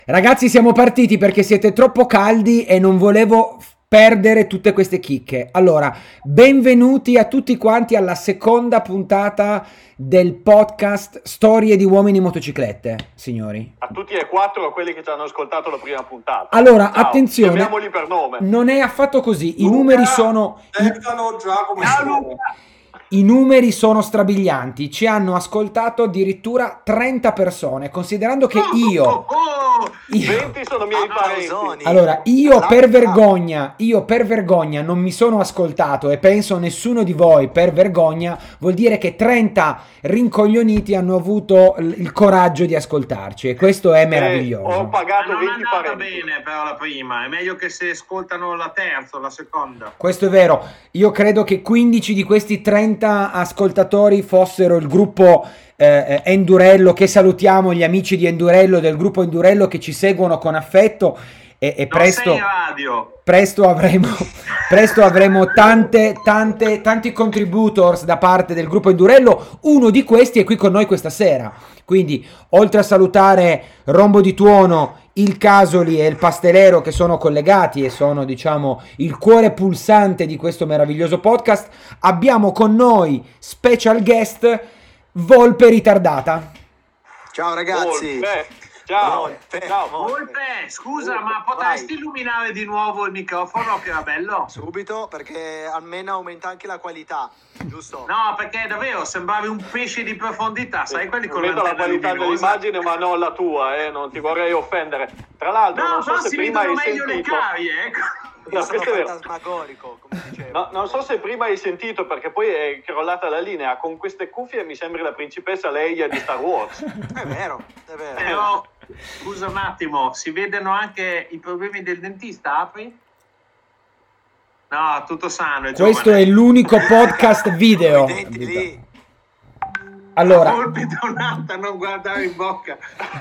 Ragazzi, siamo partiti perché siete troppo caldi e non volevo perdere tutte queste chicche. Allora, benvenuti a tutti quanti alla seconda puntata del podcast Storie di uomini in motociclette, signori. A tutti e quattro a quelli che ci hanno ascoltato la prima puntata. Allora, ciao, attenzione, chiamiamoli per nome. Non è affatto così. I numeri sono strabilianti, ci hanno ascoltato addirittura 30 persone, considerando che io 20 sono miei parenti. Allora, io per vergogna non mi sono ascoltato e penso nessuno di voi per vergogna, vuol dire che 30 rincoglioniti hanno avuto il coraggio di ascoltarci e questo è meraviglioso. Ho pagato 20 non è andata parenti. bene però la prima, è meglio che se ascoltano la terza o la seconda. Questo è vero, io credo che 15 di questi 30 ascoltatori fossero il gruppo Endurello, che salutiamo, gli amici di Endurello, del gruppo Endurello che ci seguono con affetto e presto avremo tanti contributors da parte del gruppo Endurello. Uno di questi è qui con noi questa sera, quindi oltre a salutare Rombo di Tuono, il Casoli e il Pastelero che sono collegati e sono, diciamo, il cuore pulsante di questo meraviglioso podcast, abbiamo con noi special guest Volpe ritardata. Ciao ragazzi. Ciao. Volpe, scusa, ma potresti illuminare di nuovo il microfono che era bello? Subito, perché almeno aumenta anche la qualità, giusto? No, perché davvero sembravi un pesce di profondità, sai quelli con vedo la l'antenna qualità luminosa? dell'immagine, ma non la tua, non ti vorrei offendere. Tra l'altro, No, non so però se si prima vedono hai meglio le sentito. carie, ecco. Io No, sono questo è vero. fantasmagorico, come dicevo. No, non so se prima hai sentito, perché poi è crollata la linea. Con queste cuffie mi sembri la principessa Leia di Star Wars. È vero. Però, scusa un attimo, si vedono anche i problemi del dentista, apri? No, tutto sano, è Questo giovane. è l'unico podcast video. I denti lì. Allora, Colpi da un'altra, non guardare in bocca.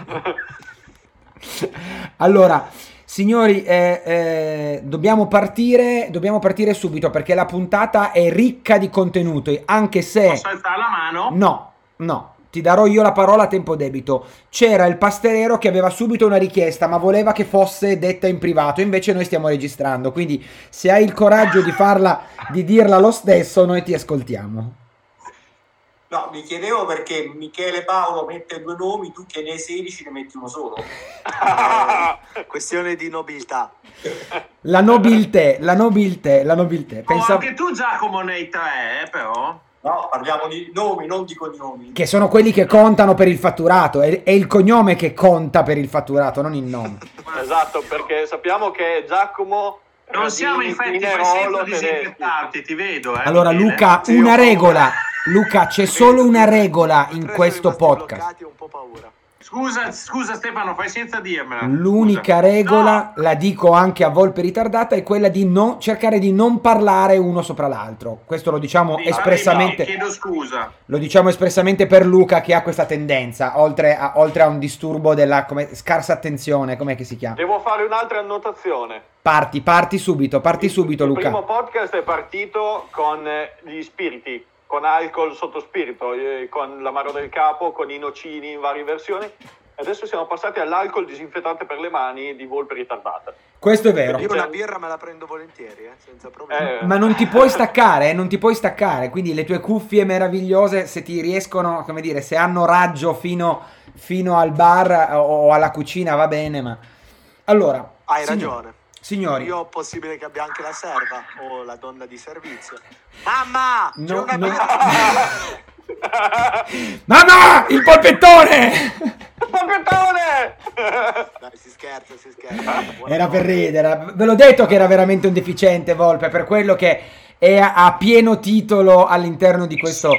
allora, signori, dobbiamo partire subito perché la puntata è ricca di contenuti, anche se... Posso alzare la mano? No, ti darò io la parola a tempo debito. C'era il Pastelero che aveva subito una richiesta, ma voleva che fosse detta in privato, invece noi stiamo registrando, quindi se hai il coraggio di dirla lo stesso, noi ti ascoltiamo. No, mi chiedevo perché Michele Paolo mette due nomi, tu che ne hai 16 ne metti uno solo. Questione di nobiltà. La nobiltà. Anche tu Giacomo ne hai 3, però. No, parliamo di nomi, non di cognomi. Che sono quelli che contano per il fatturato, è il cognome che conta per il fatturato, non il nome. Esatto, perché sappiamo che Giacomo... Non siamo infetti, fai senza disinfettarti, ti vedo. Allora Michele. Luca, Sì, una ho paura. regola. Luca, c'è solo una regola in questo podcast. Bloccati, ho un po' paura. Scusa Stefano, fai senza dirmela. L'unica Scusa. regola, No. la dico anche a Volpe ritardata, è quella di cercare di non parlare uno sopra l'altro. Questo lo diciamo Sì, espressamente. chiedo scusa. Lo diciamo espressamente per Luca che ha questa tendenza, oltre a un disturbo della scarsa attenzione, com'è che si chiama? Devo fare un'altra annotazione. Parti subito Il Luca. primo podcast è partito con gli spiriti, con alcol sotto spirito, con l'amaro del capo, con i nocini in varie versioni. Adesso siamo passati all'alcol disinfettante per le mani di Volpe ritardata. Questo è vero. Io una birra me la prendo volentieri, senza problemi. Ma non ti puoi staccare, quindi le tue cuffie meravigliose, se ti riescono, come dire, se hanno raggio fino al bar o alla cucina va bene, ma... Allora, Hai ragione. Signori, Io ho possibile che abbia anche la serva o la donna di servizio. Mamma! C'è No, una no. birra! Mamma, il polpettone! Polpettone! Dai, si scherza. Buona Era per notte. ridere, ve l'ho detto che era veramente un deficiente Volpe, per quello che è a pieno titolo all'interno di questo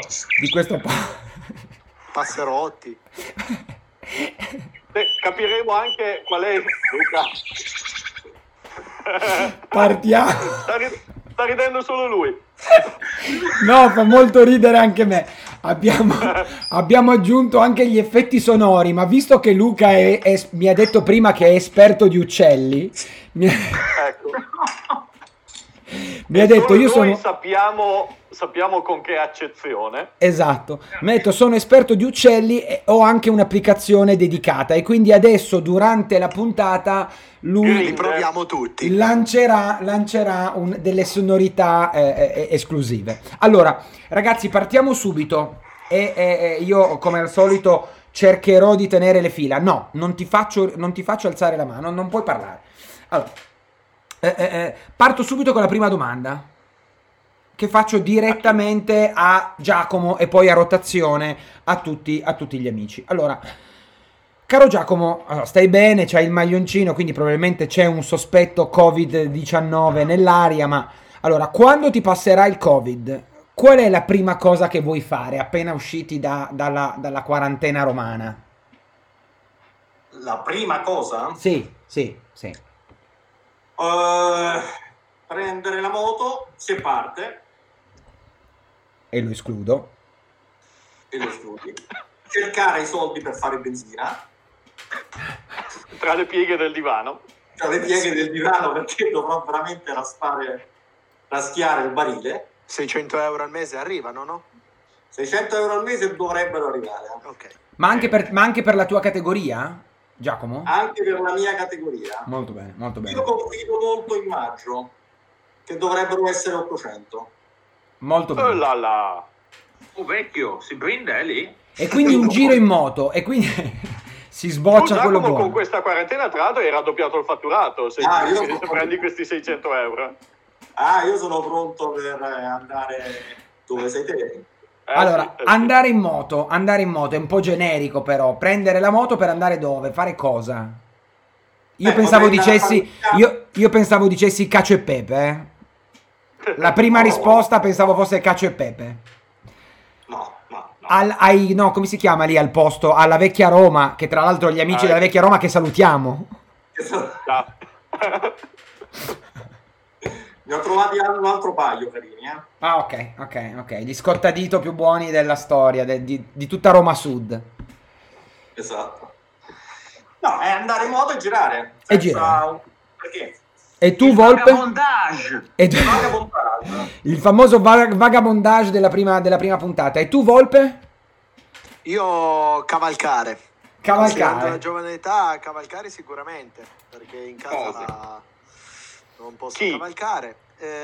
Passerotti. Capiremo anche qual è Luca. Partiamo. Sta ridendo solo lui. No, fa molto ridere anche me. Abbiamo aggiunto anche gli effetti sonori, ma visto che Luca mi ha detto prima che è esperto di uccelli, Ecco. mi ha detto io noi sono... sappiamo con che accezione. Esatto, mi ha detto sono esperto di uccelli e ho anche un'applicazione dedicata e quindi adesso durante la puntata lui Li proviamo tutti. lancerà delle sonorità esclusive. Allora ragazzi, partiamo subito e io come al solito cercherò di tenere le fila. No, non ti faccio alzare la mano, non puoi parlare. Allora, parto subito con la prima domanda che faccio direttamente a Giacomo e poi a rotazione a tutti gli amici. Allora, caro Giacomo, stai bene, c'hai il maglioncino, quindi probabilmente c'è un sospetto Covid-19 nell'aria, ma allora, quando ti passerà il Covid, qual è la prima cosa che vuoi fare appena usciti dalla quarantena romana? La prima cosa? Sì. Prendere la moto, se parte, E lo escludo. e lo studi. Cercare i soldi per fare benzina. Tra le pieghe del divano. Tra le pieghe del divano, perché dovrò veramente raschiare il barile. 600 euro al mese arrivano, no? 600 euro al mese dovrebbero arrivare. Ok. Ma anche per la tua categoria, Giacomo? Anche per la mia categoria. Molto bene, molto bene. Io confido molto in maggio, che dovrebbero essere 800. Molto Oh bene. là là. Oh vecchio, si brinda lì? E quindi un giro in moto, e quindi si Tu, sboccia quello Giacomo, buono. con questa quarantena tra l'altro hai raddoppiato il fatturato se io- prendi questi 600 euro. Io sono pronto per andare dove sei te. Allora, Sì. andare in moto è un po' generico però. Prendere la moto per andare dove? Fare cosa? Io pensavo potrei andare a dicessi, fare- io pensavo dicessi cacio e pepe, La prima risposta pensavo fosse cacio e pepe. No. No, come si chiama lì al posto? Alla Vecchia Roma, che tra l'altro gli amici della Vecchia Roma che salutiamo. Ah. Ne ho trovati un altro paio carini, Ah, ok. Gli scottadito più buoni della storia, di tutta Roma Sud. Esatto. No, è andare in moto e girare. E girare. Perché? E tu, Il Volpe? vagabondage. E tu- il famoso vagabondage della prima puntata. E tu, Volpe? Io cavalcare. Considerando la Cavalcare. giovane età, cavalcare sicuramente, perché in casa Cosa? non posso Chi? cavalcare.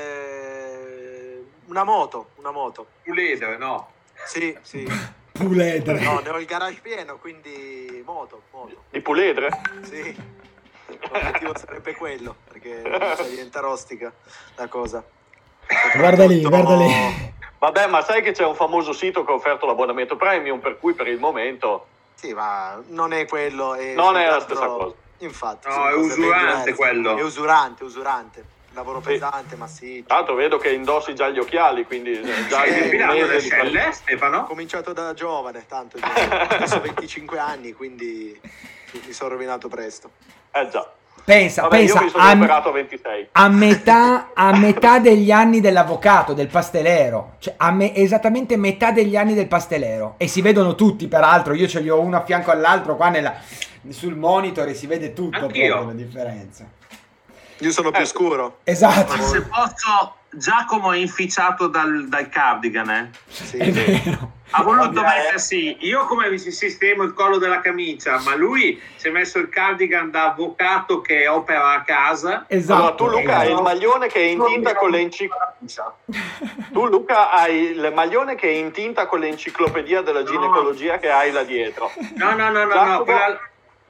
Una moto. Puledere, no? Sì. Puledre. No, ne ho il garage pieno, quindi moto. Di puledre? Sì. L'obiettivo sarebbe quello, perché se diventa rostica la cosa. Guarda lì. Vabbè, ma sai che c'è un famoso sito che ha offerto l'abbonamento premium, per cui per il momento Sì, ma non è quello. Non è la stessa cosa. Infatti. No, sono è cose ben usurante diverse. quello. È usurante. Lavoro Sì. pesante, massiccio. tanto vedo che indossi già gli occhiali, quindi già Hai il depilato le mese di scelle, Ho Stefano? cominciato da giovane, tanto adesso ho 25 anni, quindi mi sono rovinato presto. già. Pensa, Vabbè, io mi sono operato a 26. a metà degli anni dell'avvocato, del pastelero, cioè esattamente metà degli anni del pastelero, e si vedono tutti, peraltro io ce li ho uno a fianco all'altro qua sul monitor e si vede tutto Anch'io. proprio la differenza. Io sono più scuro. Esatto, Ma se posso, Giacomo è inficiato dal cardigan, eh? Sì. è vero. Ha voluto Vabbè. mettersi, io come mi sistemo il collo della camicia, ma lui si è messo il cardigan da avvocato che opera a casa. Esatto. Allora, tu Luca hai il maglione che è in tinta con le Tu Luca hai il maglione che è in tinta con l'enciclopedia della ginecologia che hai là dietro. No, Giacomo- quella...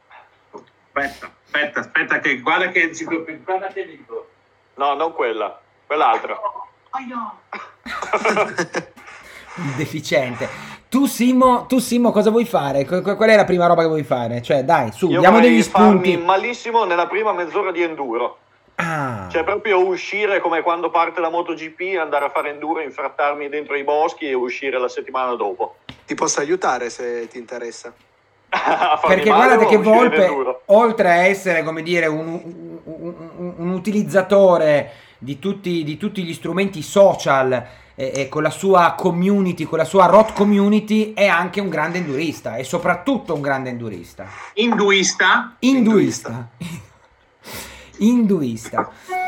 Aspetta, che guarda che enciclopedia, guarda che libro. No, non quell'altra. Il deficiente. Tu Simo, cosa vuoi fare? Qual è la prima roba che vuoi fare? Cioè, dai, su, Io diamo vorrei degli spunti. farmi malissimo nella prima mezz'ora di enduro. Ah, Cioè proprio uscire come quando parte la MotoGP, andare a fare enduro, infrattarmi dentro i boschi e uscire la settimana dopo. Ti posso aiutare se ti interessa. A farmi perché male guardate o che uscire in Volpe, enduro? oltre a essere, come dire, un utilizzatore di tutti gli strumenti social e con la sua community, con la sua road community, è anche un grande endurista e soprattutto un grande endurista. Induista? Induista.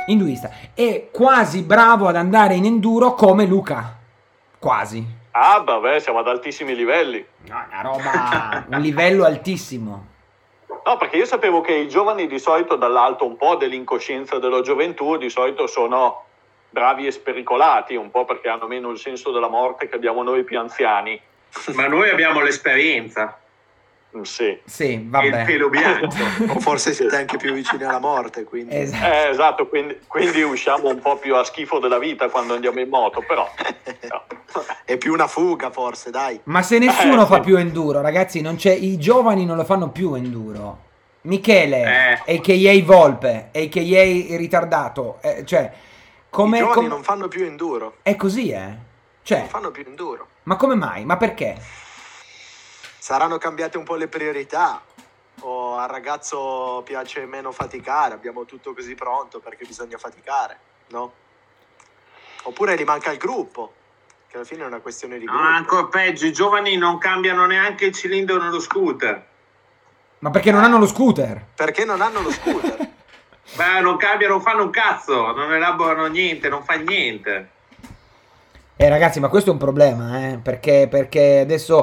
Induista. È quasi bravo ad andare in enduro come Luca. Quasi. Ah, vabbè, siamo ad altissimi livelli. No, una roba, un livello altissimo. No, perché io sapevo che i giovani di solito, dall'alto un po' dell'incoscienza della gioventù, di solito sono bravi e spericolati, un po' perché hanno meno il senso della morte che abbiamo noi più anziani. Ma noi abbiamo l'esperienza. Sì. Sì, E il vabbè. pelo bianco. O forse siete anche più vicini alla morte, quindi... Esatto. Esatto, quindi usciamo un po' più a schifo della vita quando andiamo in moto, però... no. È più una fuga, forse, dai. Ma se nessuno fa sì. più enduro, ragazzi, non c'è, i giovani non lo fanno più enduro. Michele, a.k.a. Volpe, a.k.a. ritardato, cioè, I giovani non fanno più enduro. È così, Cioè, Non fanno più enduro. ma come mai? Ma perché? Saranno cambiate un po' le priorità. O al ragazzo piace meno faticare, abbiamo tutto così pronto perché bisogna faticare, no? Oppure gli manca il gruppo, che alla fine è una questione di No, gruppo. ancora peggio, i giovani non cambiano neanche il cilindro nello scooter. Ma perché non hanno lo scooter? Perché non hanno lo scooter. Beh, non cambiano, non fanno un cazzo, non elaborano niente, non fa niente. Ragazzi, ma questo è un problema, perché adesso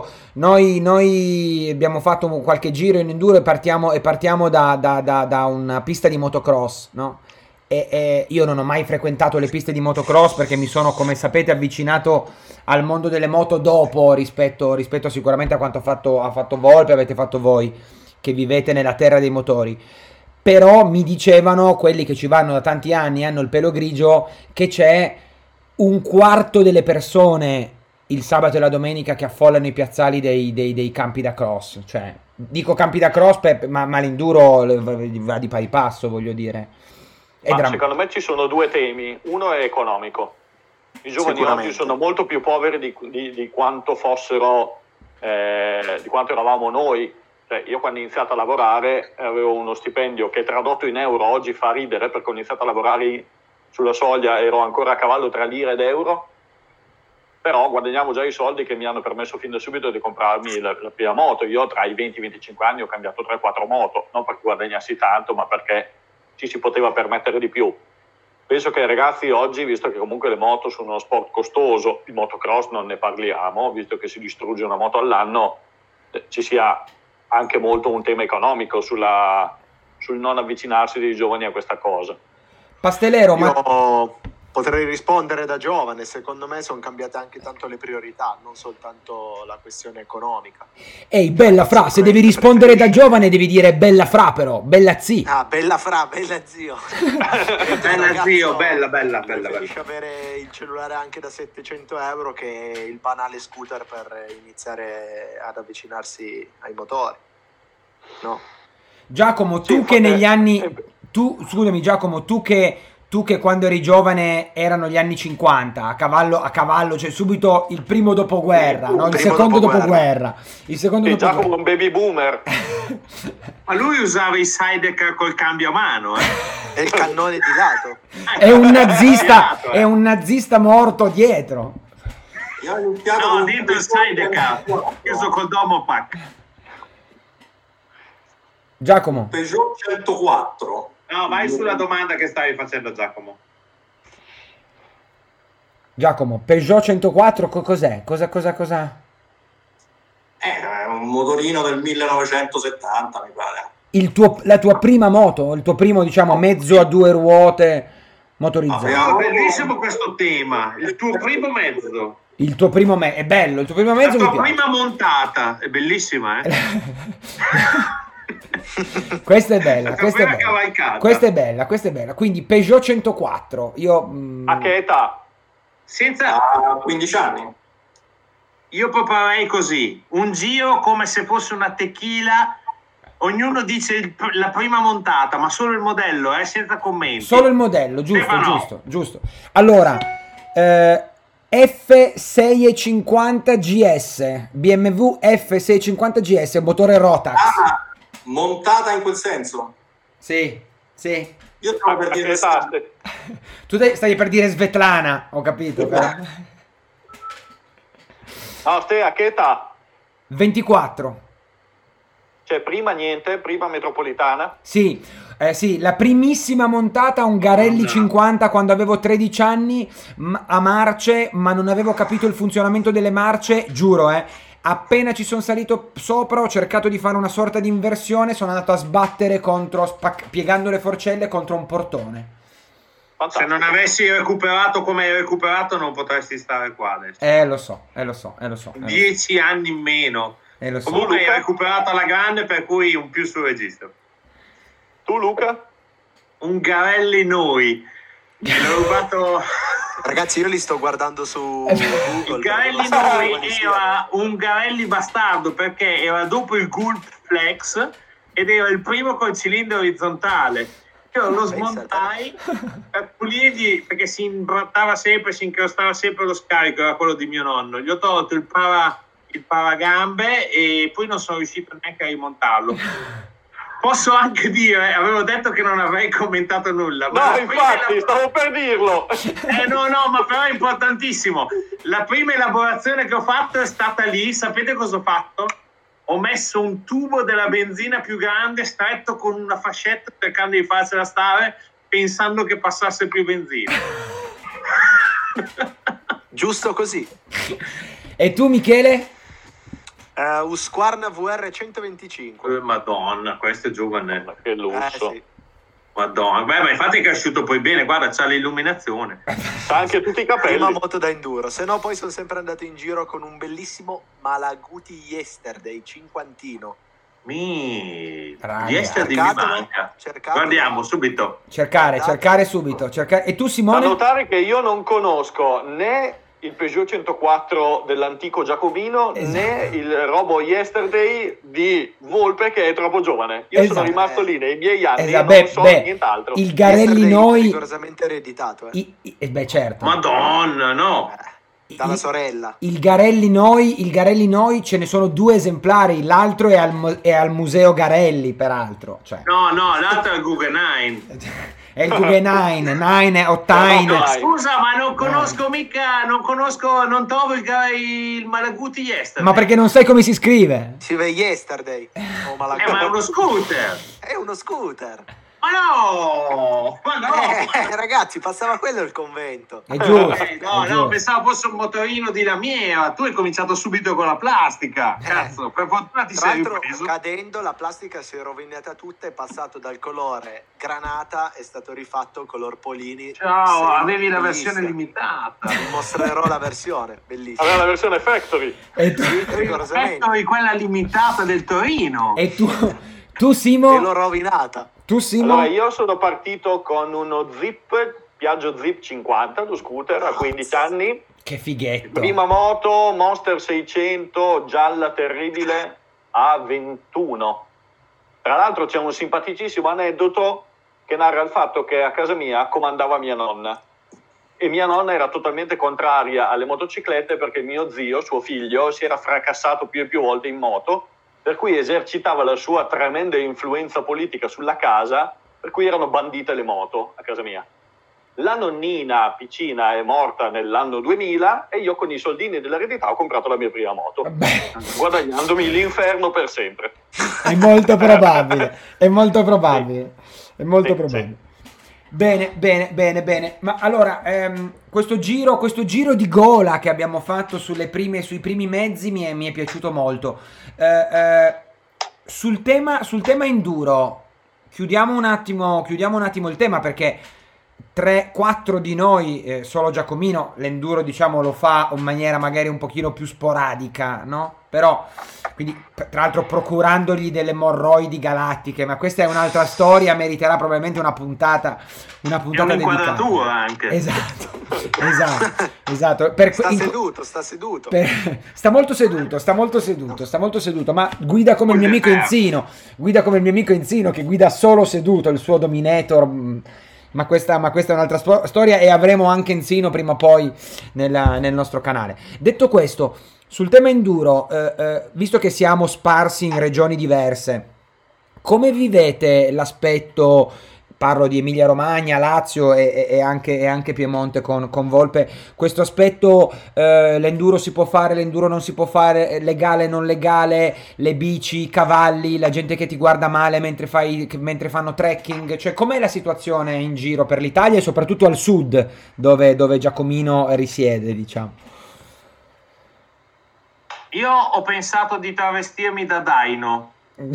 noi abbiamo fatto qualche giro in enduro e partiamo da una pista di motocross, no? E io non ho mai frequentato le piste di motocross perché mi sono, come sapete, avvicinato al mondo delle moto dopo rispetto sicuramente a quanto ha fatto Volpe, avete fatto voi, che vivete nella terra dei motori. Però mi dicevano, quelli che ci vanno da tanti anni, hanno il pelo grigio, che c'è un quarto delle persone il sabato e la domenica che affollano i piazzali dei campi da cross. Cioè, dico campi da cross, ma l'enduro va di pari passo, voglio dire. Ma secondo me ci sono due temi. Uno è economico. I giovani oggi sono molto più poveri di quanto fossero, di quanto eravamo noi. Cioè, io quando ho iniziato a lavorare avevo uno stipendio che tradotto in euro oggi fa ridere, perché ho iniziato a lavorare sulla soglia, ero ancora a cavallo tra lire ed euro, però guadagnavo già i soldi che mi hanno permesso fin da subito di comprarmi la prima moto. Io tra i 20 e i 25 anni ho cambiato 3-4 moto, non perché guadagnassi tanto, ma perché ci si poteva permettere di più. Penso che ai ragazzi oggi, visto che comunque le moto sono uno sport costoso, il motocross non ne parliamo, visto che si distrugge una moto all'anno, ci sia anche molto un tema economico sul non avvicinarsi dei giovani a questa cosa. Pastelero, Io potrei rispondere da giovane. Secondo me sono cambiate anche tanto le priorità, non soltanto la questione economica. Ehi, bella fra, se devi rispondere da giovane devi dire bella fra, però, bella zi. Ah, bella fra, bella zio. Bella zio, bella. Preferisce avere il cellulare anche da 700 euro che il banale scooter per iniziare ad avvicinarsi ai motori, no? Giacomo, tu che negli anni... Scusami Giacomo, tu che quando eri giovane erano gli anni 50, a cavallo, cioè subito il primo dopoguerra, no? Il secondo dopoguerra. Il secondo dopoguerra. Giacomo è un baby boomer. Ma lui usava i sidecar col cambio a mano, E il cannone di lato. È un nazista morto dietro. Io ho iniziato No, dentro il sidecar, chiuso col Domopac. Peugeot Giacomo. 104. No, vai sulla domanda che stavi facendo, Giacomo. Giacomo, Peugeot 104 cos'è? Cosa? È un motorino del 1970, mi pare. La tua prima moto, il tuo primo, diciamo, mezzo a due ruote motorizzato. Ah, Bellissimo questo tema, il tuo primo mezzo. Il tuo primo mezzo, è bello, il tuo primo mezzo La mi tua piace. prima montata, è bellissima, Questa è bella, La questa è prima bella. cavalcata. Questa è bella. Quindi Peugeot 104. Io A che età? Senza... Ha 15 anni. Io proporrei così, un giro come se fosse una tequila, ognuno dice la prima montata, ma solo il modello, senza commenti. solo il modello, No. giusto. Allora, F650 GS, BMW F650 GS, motore Rotax. Ah, montata in quel senso. Sì. Io stavo per A che dire età? Tu stai per dire Svetlana, ho capito. No, te a che età? 24. Cioè prima niente, prima metropolitana. Sì, Sì, la primissima montata, un Garelli 50 quando avevo 13 anni a marce, ma non avevo capito il funzionamento delle marce, giuro, appena ci sono salito sopra ho cercato di fare una sorta di inversione, sono andato a sbattere piegando le forcelle contro un portone. Fantastico. Se non avessi recuperato come hai recuperato non potresti stare qua adesso. Lo so. 10 anni in meno. Lo so. Comunque hai recuperato alla grande, per cui un più sul registro. Tu Luca? Un Garelli noi. L'ho rubato... Ragazzi, io li sto guardando su Google. Il Garelli noi era un Garelli bastardo, perché era dopo il Gulp Flex ed era il primo col cilindro orizzontale. Io lo smontai per pulirgli, perché si imbrattava sempre, si incrostava sempre lo scarico, era quello di mio nonno. Gli ho tolto il paragambe e poi non sono riuscito neanche a rimontarlo. Posso anche dire, avevo detto che non avrei commentato nulla. Ma no, infatti, stavo per dirlo. No, ma però è importantissimo. La prima elaborazione che ho fatto è stata lì. Sapete cosa ho fatto? Ho messo un tubo della benzina più grande, stretto con una fascetta, cercando di farsela stare, pensando che passasse più benzina. Giusto così. E tu, Michele? Husqvarna VR 125. Madonna, questo è giovane. Che lusso. Sì. Madonna, ma infatti è cresciuto poi bene, guarda, c'ha l'illuminazione. C'ha anche tutti i capelli. Prima moto da enduro, se no poi sono sempre andato in giro con un bellissimo Malaguti Yesterday cinquantino. Yesterday mi manca. Guardiamo subito. Cercare subito. E tu, Simone? Da notare che io non conosco né il Peugeot 104 dell'antico Giacobino, né il Robo Yesterday di Volpe, che è troppo giovane. Io sono rimasto lì nei miei anni e non so nient'altro. Il Garelli noi rigorosamente ereditato. Certo. Madonna, no. Dalla sorella. Il Garelli noi ce ne sono 2 esemplari, l'altro è al museo Garelli, peraltro. Cioè. No, l'altro è il Guggenheim. È il Guggenheim, Ottine. Scusa, ma non conosco mica, non trovo il Malaguti Yesterday. Ma perché non sai come si scrive? Si vede Yesterday. Ma è uno scooter. È uno scooter. Ma no! Ragazzi, passava quello il convento. È giusto. No, pensavo fosse un motorino di lamiera. Tu hai cominciato subito con la plastica. Cazzo, per fortuna ti sei ripreso. Cadendo, la plastica si è rovinata tutta, è passato dal colore granata, è stato rifatto color polini. Ciao, avevi la versione limitata. Vi mostrerò la versione, bellissima. Aveva la versione Factory. E tu? Factory, quella limitata del Torino. E tu Simo? E l'ho rovinata. Tu Simo? Allora, io sono partito con uno Piaggio Zip 50, lo scooter, a 15 anni. Che fighetto. Prima moto, Monster 600, gialla terribile, a 21. Tra l'altro c'è un simpaticissimo aneddoto che narra il fatto che a casa mia comandava mia nonna. E mia nonna era totalmente contraria alle motociclette perché mio zio, suo figlio, si era fracassato più e più volte in moto, per cui esercitava la sua tremenda influenza politica sulla casa, per cui erano bandite le moto a casa mia. La nonnina piccina è morta nell'anno 2000 e io con i soldini dell'eredità ho comprato la mia prima moto, guadagnandomi l'inferno per sempre. È molto probabile, Sì. Bene. Ma allora, questo giro di gola che abbiamo fatto sui primi mezzi mi è piaciuto molto. Sul tema enduro, chiudiamo un attimo il tema, perché 3-4 di noi, solo Giacomino, l'enduro diciamo lo fa in maniera magari un pochino più sporadica, no? Però, quindi tra l'altro procurandogli delle emorroidi galattiche, ma questa è un'altra storia, meriterà probabilmente una puntata dedicata. Anche. Esatto. Sta seduto. Sta molto seduto, ma guida come il mio amico Enzino, che guida solo seduto il suo Dominator. Ma questa è un'altra storia, e avremo anche Enzino prima o poi nel nostro canale. Detto questo, sul tema enduro, visto che siamo sparsi in regioni diverse, come vivete l'aspetto parlo di Emilia Romagna, Lazio e anche Piemonte con Volpe, questo aspetto, l'enduro si può fare, l'enduro non si può fare, legale, non legale, le bici, i cavalli, la gente che ti guarda male mentre fanno trekking, cioè com'è la situazione in giro per l'Italia e soprattutto al sud dove Giacomino risiede, diciamo? Io ho pensato di travestirmi da Daino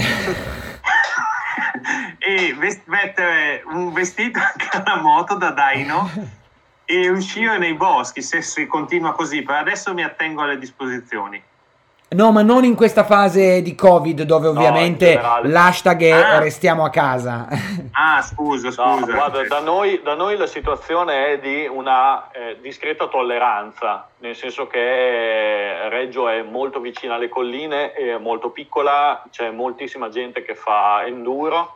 e mettere un vestito anche alla moto da Daino e uscire nei boschi se si continua così. Per adesso mi attengo alle disposizioni. No, ma non in questa fase di Covid dove ovviamente l'hashtag è restiamo a casa. Scusa. No, guarda, da noi la situazione è di una discreta tolleranza, nel senso che Reggio è molto vicina alle colline, è molto piccola, c'è moltissima gente che fa enduro.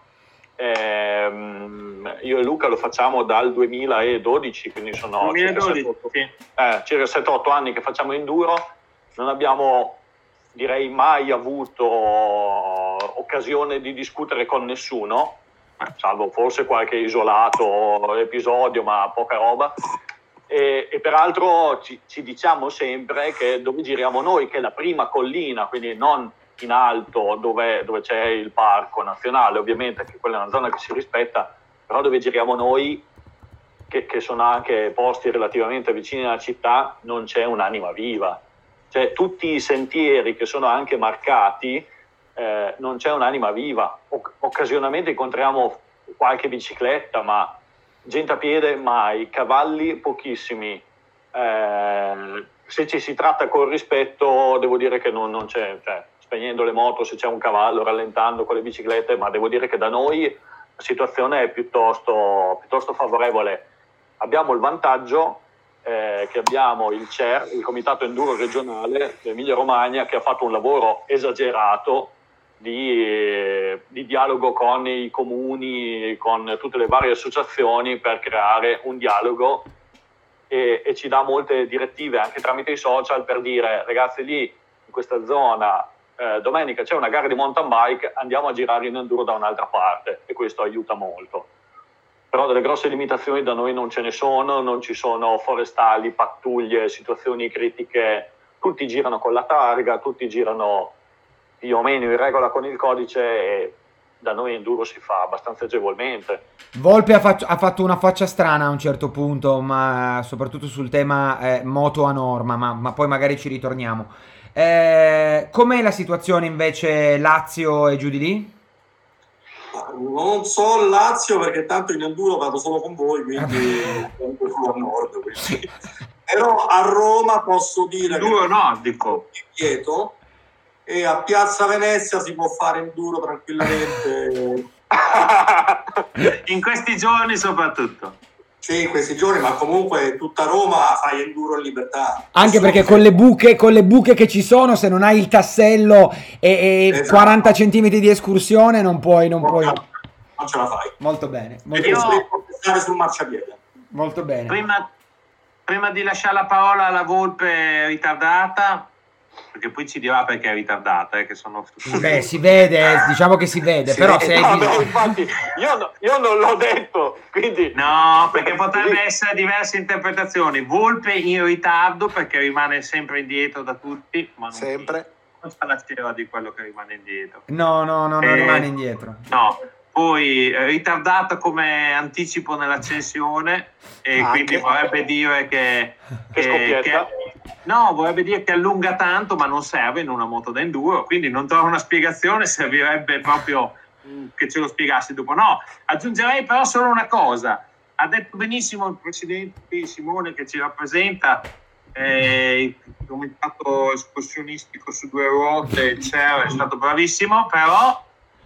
Io e Luca lo facciamo dal 2012, quindi sono 2012, circa 7-8 anni che facciamo enduro. Non abbiamo, direi, mai avuto occasione di discutere con nessuno, salvo forse qualche isolato episodio, ma poca roba. E peraltro ci diciamo sempre che dove giriamo noi, che è la prima collina, quindi non in alto dove c'è il parco nazionale, ovviamente, che quella è una zona che si rispetta, però dove giriamo noi, che sono anche posti relativamente vicini alla città, non c'è un'anima viva. Cioè, tutti i sentieri che sono anche marcati, non c'è un'anima viva. Occasionalmente incontriamo qualche bicicletta, ma gente a piede mai, cavalli pochissimi. Se ci si tratta con rispetto, devo dire che non c'è, cioè, spegnendo le moto se c'è un cavallo, rallentando con le biciclette, ma devo dire che da noi la situazione è piuttosto favorevole. Abbiamo il vantaggio che abbiamo il CER, il Comitato Enduro Regionale dell'Emilia Romagna, che ha fatto un lavoro esagerato di dialogo con i comuni, con tutte le varie associazioni per creare un dialogo e ci dà molte direttive anche tramite i social per dire: ragazzi, lì in questa zona domenica c'è una gara di mountain bike, andiamo a girare in enduro da un'altra parte, e questo aiuta molto. Però delle grosse limitazioni da noi non ce ne sono, non ci sono forestali, pattuglie, situazioni critiche, tutti girano con la targa, tutti girano più o meno in regola con il codice e da noi enduro si fa abbastanza agevolmente. Volpe ha fatto una faccia strana a un certo punto, ma soprattutto sul tema moto a norma, ma poi magari ci ritorniamo. Com'è la situazione invece Lazio e giù di lì? Non so Lazio perché tanto in enduro vado solo con voi, quindi solo a nord. Quindi. Però a Roma posso dire enduro nordico quieto, e a Piazza Venezia si può fare enduro tranquillamente. In questi giorni soprattutto. Sì, in questi giorni, ma comunque tutta Roma fai enduro in libertà. Anche perché con le buche che ci sono, se non hai il tassello e esatto. 40 centimetri di escursione non puoi. Non ce la fai. Molto bene. Devi stare sul marciapiede. Molto bene. Prima di lasciare la parola alla Volpe ritardata, perché poi ci dirà perché è ritardata, che sono... Beh, si vede, diciamo che si vede, però se no, infatti io non l'ho detto, quindi... No, perché potrebbe essere diverse interpretazioni. Volpe in ritardo perché rimane sempre indietro da tutti, ma non c'è la cera di quello che rimane indietro. No, non rimane indietro. No, poi ritardata come anticipo nell'accensione, e quindi vorrebbe dire che vorrebbe dire che allunga tanto, ma non serve in una moto da enduro, quindi non trovo una spiegazione, servirebbe proprio che ce lo spiegassi dopo. No, aggiungerei però solo una cosa: ha detto benissimo il presidente Simone che ci rappresenta, il comitato escursionistico su due ruote, il CER è stato bravissimo, però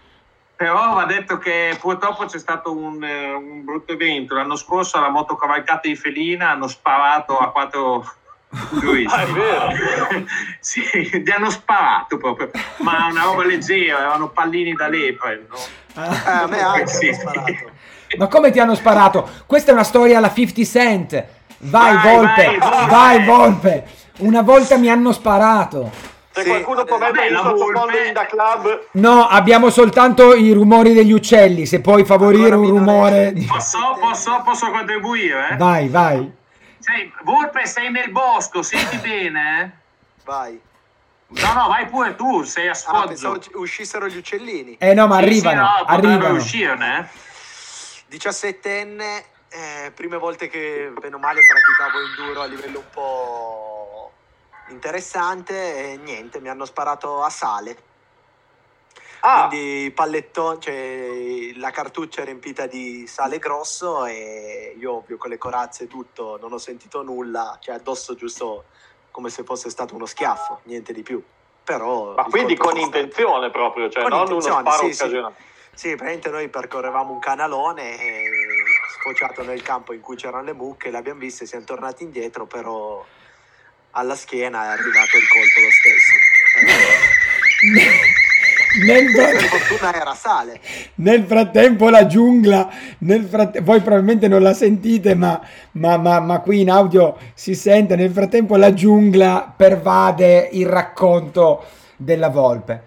va detto che purtroppo c'è stato un brutto evento. L'anno scorso alla motocavalcata di Felina hanno sparato a 4 turisti. È vero? Sì, gli hanno sparato proprio, ma una roba leggera, erano pallini da lepre, no? A me anche Sì. hanno sparato. Ma come ti hanno sparato? Questa è una storia alla 50 Cent. Vai Volpe. Una volta mi hanno sparato. Se qualcuno può mettere in sottofondo in da club. No, abbiamo soltanto i rumori degli uccelli. Se puoi favorire un rumore. Posso contribuire? Vai. Volpe, sei nel bosco, senti bene? Vai. No, vai pure tu, sei a sfoggio. Pensavo uscissero gli uccellini. No, ma arrivano. Potrebbero uscirne. 17enne, prime volte che bene o male praticavo enduro a livello un po' interessante e niente, mi hanno sparato a sale. Quindi pallettone, cioè la cartuccia riempita di sale grosso e io ovvio con le corazze e tutto non ho sentito nulla, cioè addosso giusto come se fosse stato uno schiaffo, niente di più. Però ma quindi con intenzione proprio, cioè non uno sparo occasionale. Sì, praticamente noi percorrevamo un canalone e sfociato nel campo in cui c'erano le mucche, le abbiamo viste, siamo tornati indietro, però alla schiena è arrivato il colpo lo stesso. Per fortuna era sale. Nel frattempo la giungla, voi probabilmente non la sentite, ma qui in audio si sente, nel frattempo la giungla pervade il racconto della volpe.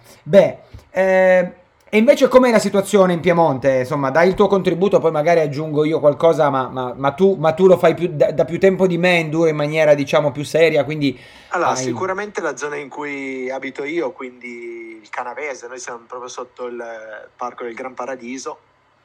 E invece com'è la situazione in Piemonte? Insomma, dai il tuo contributo, poi magari aggiungo io qualcosa, ma tu lo fai da più tempo di me, enduro in maniera diciamo più seria, quindi... Allora, sicuramente la zona in cui abito io, quindi il Canavese, noi siamo proprio sotto il Parco del Gran Paradiso.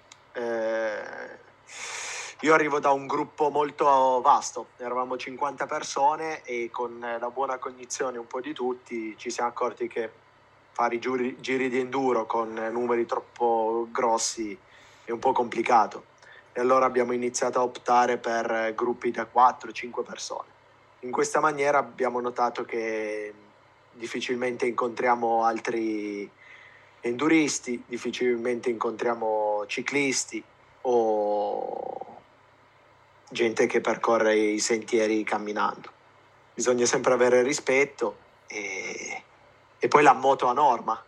Io arrivo da un gruppo molto vasto, eravamo 50 persone e con la buona cognizione un po' di tutti ci siamo accorti che fare i giri di enduro con numeri troppo grossi è un po' complicato e allora abbiamo iniziato a optare per gruppi da 4-5 persone. In questa maniera abbiamo notato che difficilmente incontriamo altri enduristi, difficilmente incontriamo ciclisti o gente che percorre i sentieri camminando. Bisogna sempre avere rispetto e poi la moto a norma.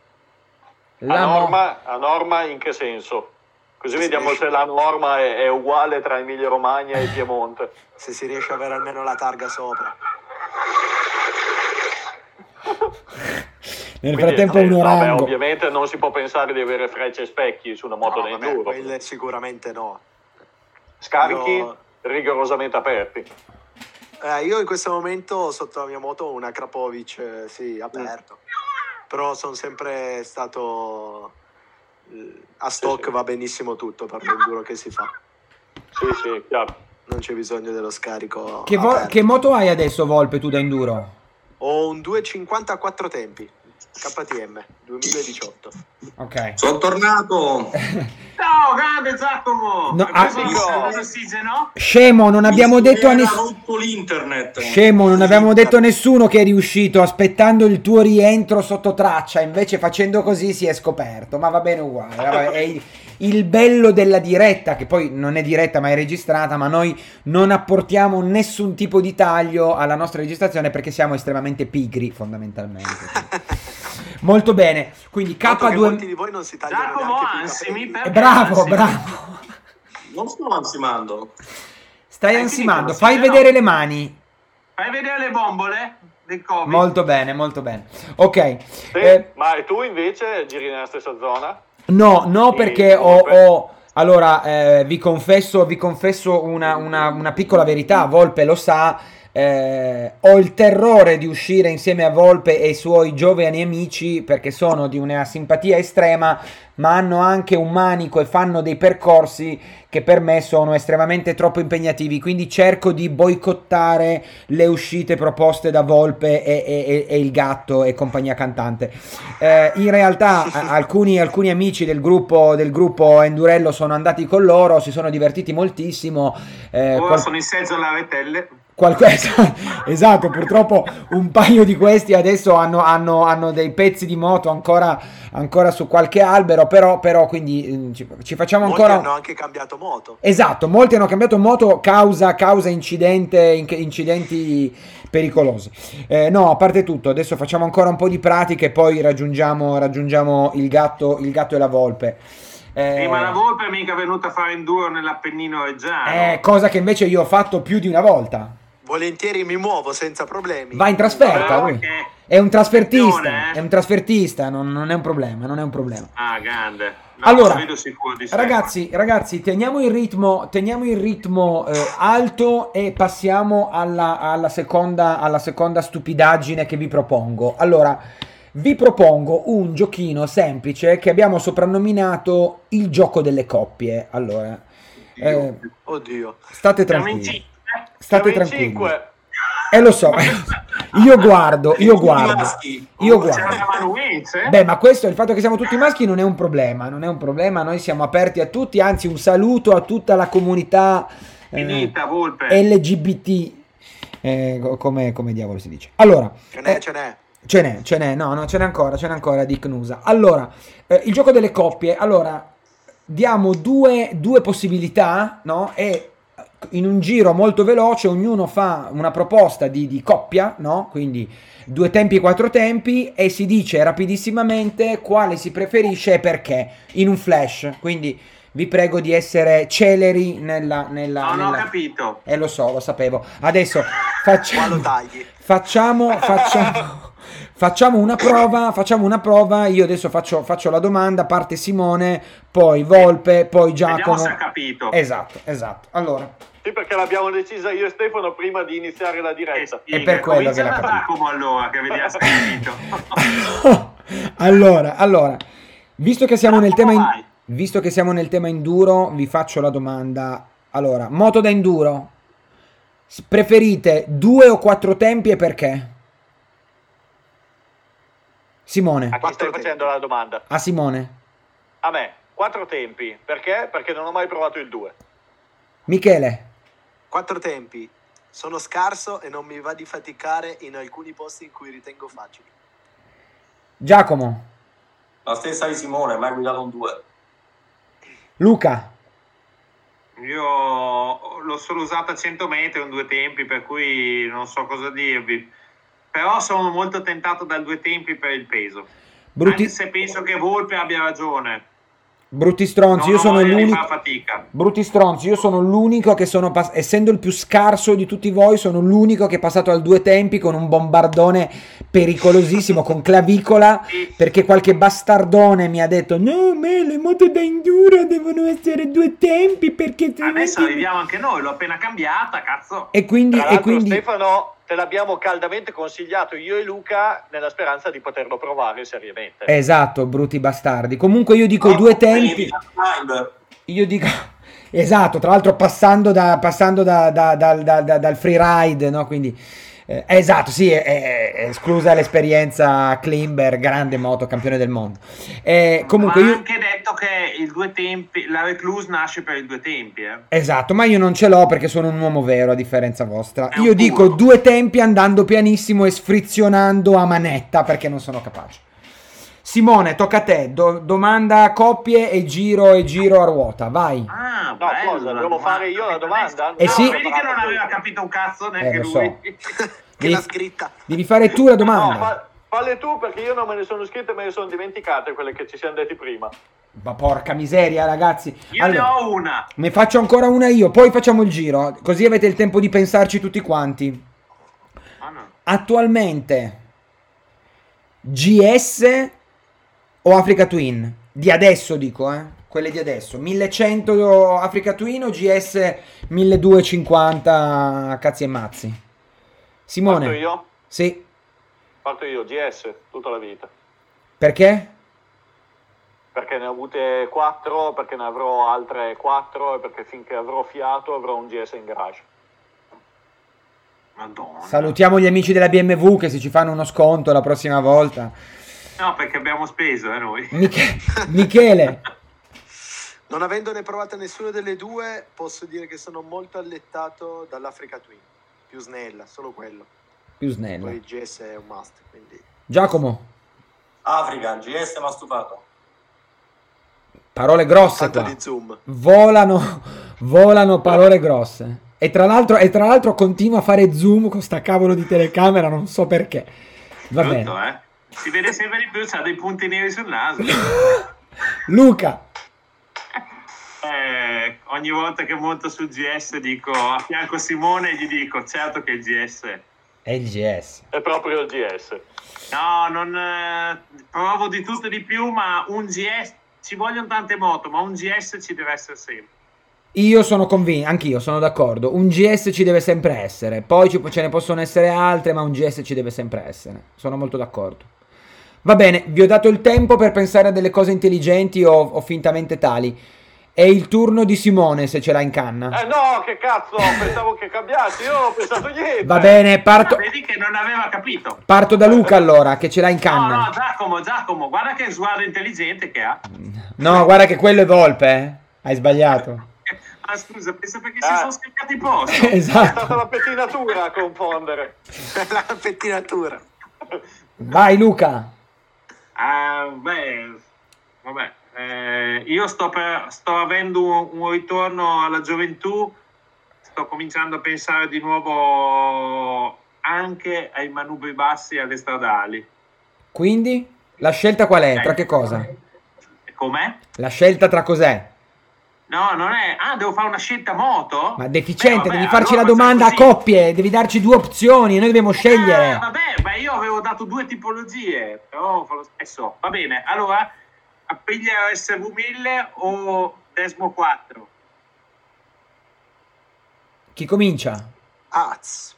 A norma in che senso? Così vediamo se la norma è uguale tra Emilia Romagna e Piemonte. Se si riesce a avere almeno la targa sopra. Nel frattempo un orango. Ovviamente non si può pensare di avere frecce e specchi su una moto da enduro. Quelle sicuramente no. Scarichi rigorosamente aperti. Io in questo momento sotto la mia moto ho una Krapovic aperto. Però sono sempre stato a stock, va benissimo tutto per l'enduro che si fa. Sì, chiaro. Non c'è bisogno dello scarico. Che moto hai adesso, Volpe, tu da enduro? Ho un 250 a 4 tempi KTM 2018. Ok. Sono tornato. Ciao, grande Giacomo. Scemo, non abbiamo detto a nessuno. Scemo, non abbiamo detto a nessuno che è riuscito aspettando il tuo rientro sotto traccia. Invece facendo così si è scoperto. Ma va bene uguale. È il bello della diretta, che poi non è diretta ma è registrata, ma noi non apportiamo nessun tipo di taglio alla nostra registrazione perché siamo estremamente pigri fondamentalmente. Molto bene, quindi K2. Molti di voi non si tagliano. Giacomo, ansimi perché bravo. Non sto ansimando. Stai ansimando, fai vedere le mani. Fai vedere le bombole del Covid. Molto bene. Ok. Sì, ma tu invece giri nella stessa zona? No, perché allora vi confesso una piccola verità. Volpe lo sa. Ho il terrore di uscire insieme a Volpe e ai suoi giovani amici perché sono di una simpatia estrema, ma hanno anche un manico e fanno dei percorsi che per me sono estremamente troppo impegnativi, quindi cerco di boicottare le uscite proposte da Volpe e il gatto e compagnia cantante. In realtà alcuni amici del gruppo Endurello sono andati con loro, si sono divertiti moltissimo. Ora sono in seggio alla retelle. Esatto, purtroppo un paio di questi adesso hanno dei pezzi di moto ancora su qualche albero, però quindi ci facciamo ancora. Molti hanno anche cambiato moto. Esatto, molti hanno cambiato moto causa incidenti pericolosi. No, a parte tutto, adesso facciamo ancora un po' di pratiche e poi raggiungiamo il gatto e la Volpe. Ma la Volpe è mica venuta a fare enduro nell'Appennino reggiano. Cosa che invece io ho fatto più di una volta. Volentieri mi muovo senza problemi. Va in trasferta lui. È un trasfertista, Attenzione, è un trasfertista, non è un problema, non è un problema. Ah, grande. No, Allora, lo vedo sicuro di sé. ragazzi, teniamo il ritmo alto e passiamo alla seconda stupidaggine che vi propongo. Allora, vi propongo un giochino semplice che abbiamo soprannominato il gioco delle coppie. Allora, Oddio. state Siamo in tranquilli. cinque. State Siamo in tranquilli. 5. Lo so, io guardo. maschi. C'era la Manu Vince? Beh, ma questo, il fatto che siamo tutti maschi non è un problema, noi siamo aperti a tutti, anzi un saluto a tutta la comunità Finita, Volpe. LGBT, come diavolo si dice. Allora, ce n'è, no, ce n'è ancora Dick Nusa. Allora, il gioco delle coppie, allora, diamo due possibilità, no? E in un giro molto veloce ognuno fa una proposta di coppia, no? Quindi 2 tempi e 4 tempi e si dice rapidissimamente quale si preferisce e perché, in un flash. Quindi vi prego di essere celeri nella... Non ho capito. Lo so, lo sapevo. Adesso facciamo una prova, io adesso faccio la domanda, parte Simone, poi Volpe, poi Giacomo. Vediamo se ha capito. Esatto. Allora, Sì, perché l'abbiamo decisa io e Stefano prima di iniziare la diretta. è per quello che l'ha capito. Giacomo allora, che vediamo se ha capito. allora, visto che siamo nel tema Vai. visto che siamo nel tema enduro, vi faccio la domanda. Allora, moto da enduro, preferite 2 o 4 tempi e perché? Simone. A chi stai facendo la domanda? A Simone. A me, 4 tempi. Perché? Perché non ho mai provato il 2. Michele. 4 tempi. Sono scarso e non mi va di faticare in alcuni posti in cui ritengo facili. Giacomo. La stessa di Simone, mai guidato un 2. Luca. Io l'ho solo usato a 100 metri, un 2 tempi, per cui non so cosa dirvi. Però sono molto tentato dal 2 tempi per il peso. Anche se penso che Volpe abbia ragione. Brutti stronzi, io sono l'unico che essendo il più scarso di tutti voi, sono l'unico che è passato al 2 tempi con un bombardone pericolosissimo con clavicola, perché qualche bastardone mi ha detto no, le moto da enduro devono essere 2 tempi perché adesso arriviamo anche noi, l'ho appena cambiata, cazzo. E quindi Stefano, te l'abbiamo caldamente consigliato io e Luca nella speranza di poterlo provare seriamente. Esatto, brutti bastardi. Comunque io dico 2 tempi. Io dico esatto, tra l'altro passando dal freeride, no? Quindi esatto, sì, esclusa l'esperienza Klimber, grande moto, campione del mondo. Comunque io anche detto che il 2 tempi, la Recluse nasce per il 2 tempi, Esatto, ma io non ce l'ho perché sono un uomo vero, a differenza vostra. Io dico 2 tempi andando pianissimo e sfrizionando a manetta perché non sono capace. Simone, tocca a te. Domanda coppie e giro a ruota. Vai. No, cosa? Devo fare io la domanda? Sì. Vedi che non aveva capito un cazzo neanche lui. So. Che la scritta. Devi fare tu la domanda. No, falle tu perché io non me ne sono scritte, me ne sono dimenticate quelle che ci siamo detti prima. Ma porca miseria, ragazzi. Io ne ho una. Ne faccio ancora una io, poi facciamo il giro, così avete il tempo di pensarci tutti quanti. No. Attualmente GS o Africa Twin? Di adesso dico, quelle di adesso. 1100 Africa Twin o GS 1250 cazzi e mazzi? Simone. Parto io? Sì. Parto io, GS, tutta la vita. Perché? Perché ne ho avute 4, perché ne avrò altre 4 e perché finché avrò fiato avrò un GS in garage. Madonna. Salutiamo gli amici della BMW che se ci fanno uno sconto la prossima volta. No, perché abbiamo speso, noi. Michele. Non avendone provata nessuna delle due, posso dire che sono molto allettato dall'Africa Twin. Più snella, solo quello. Più snella. Poi il GS è un must, quindi... Giacomo. Africa, GS mi ha stufato. Parole grosse qua. Di zoom. Volano parole grosse. E tra l'altro continua a fare zoom con sta cavolo di telecamera, non so perché. Va bene. Si vede sempre di più, c'ha dei punti neri sul naso. Luca. Ogni volta che monto sul GS dico a fianco Simone, gli dico certo che il GS È il GS. È proprio il GS. No, non provo di tutto e di più, ma un GS, ci vogliono tante moto, ma un GS ci deve essere sempre. Io sono convinto, anch'io sono d'accordo, un GS ci deve sempre essere, poi ce ne possono essere altre, ma un GS ci deve sempre essere, sono molto d'accordo. Va bene, vi ho dato il tempo per pensare a delle cose intelligenti o fintamente tali. È il turno di Simone, se ce l'ha in canna. No, che cazzo, pensavo che cambiassi, io ho pensato niente. Va bene, Vedi che non aveva capito. parto da Luca allora, che ce l'ha in canna. No, Giacomo, guarda che sguardo intelligente che ha. No, guarda che quello è Volpe, Hai sbagliato. Ah, scusa, pensa perché si sono scambiati i posti. È Esatto. stata la pettinatura a confondere. La pettinatura. Vai Luca. Vabbè, io sto avendo un ritorno alla gioventù, sto cominciando a pensare di nuovo anche ai manubri bassi e alle stradali. Quindi, la scelta qual è? Tra che cosa? Com'è? La scelta tra cos'è? No, non è... Ah, devo fare una scelta moto? Ma deficiente, Vabbè, devi farci allora la domanda a facciamo così. coppie, devi darci due opzioni, noi dobbiamo scegliere. Vabbè, ma io avevo dato 2 tipologie, però fa lo stesso. Va bene, allora, Aprilia SV1000 o Desmo 4? Chi comincia? Az.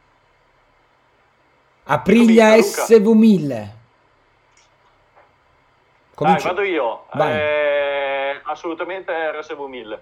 Aprilia Comincia, SV1000. Dai, vado io. Vai. Assolutamente RSV1000.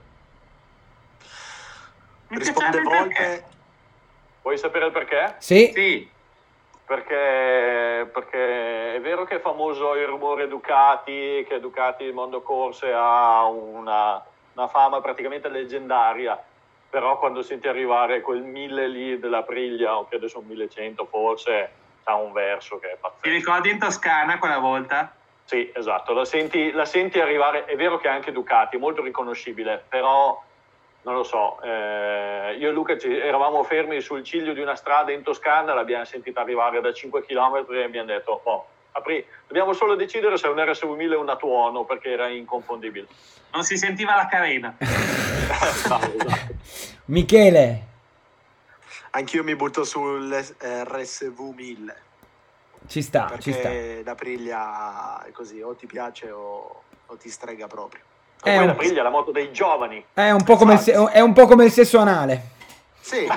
Risponde Volpe. Vuoi sapere il perché? Sì. Sì. Perché è vero che è famoso il rumore Ducati, che Ducati il mondo corse ha una fama praticamente leggendaria, però quando senti arrivare quel 1000 lì dell'Aprilia, o che adesso un 1100 forse, ha un verso che è pazzesco. Ti ricordi in Toscana quella volta? Sì, esatto, la senti arrivare, è vero che anche Ducati è molto riconoscibile, però non lo so, io e Luca eravamo fermi sul ciglio di una strada in Toscana, l'abbiamo sentita arrivare da 5 km e abbiamo detto, dobbiamo solo decidere se è un RSV1000 o una Tuono, perché era inconfondibile. Non si sentiva la carena. Esatto. Michele. Anch'io mi butto sul RSV1000. Ci sta, perché ci sta. l'Aprilia è così, o ti piace o ti strega proprio. Poi l'Aprilia è la moto dei giovani. È un po' come il sesso anale. Sì.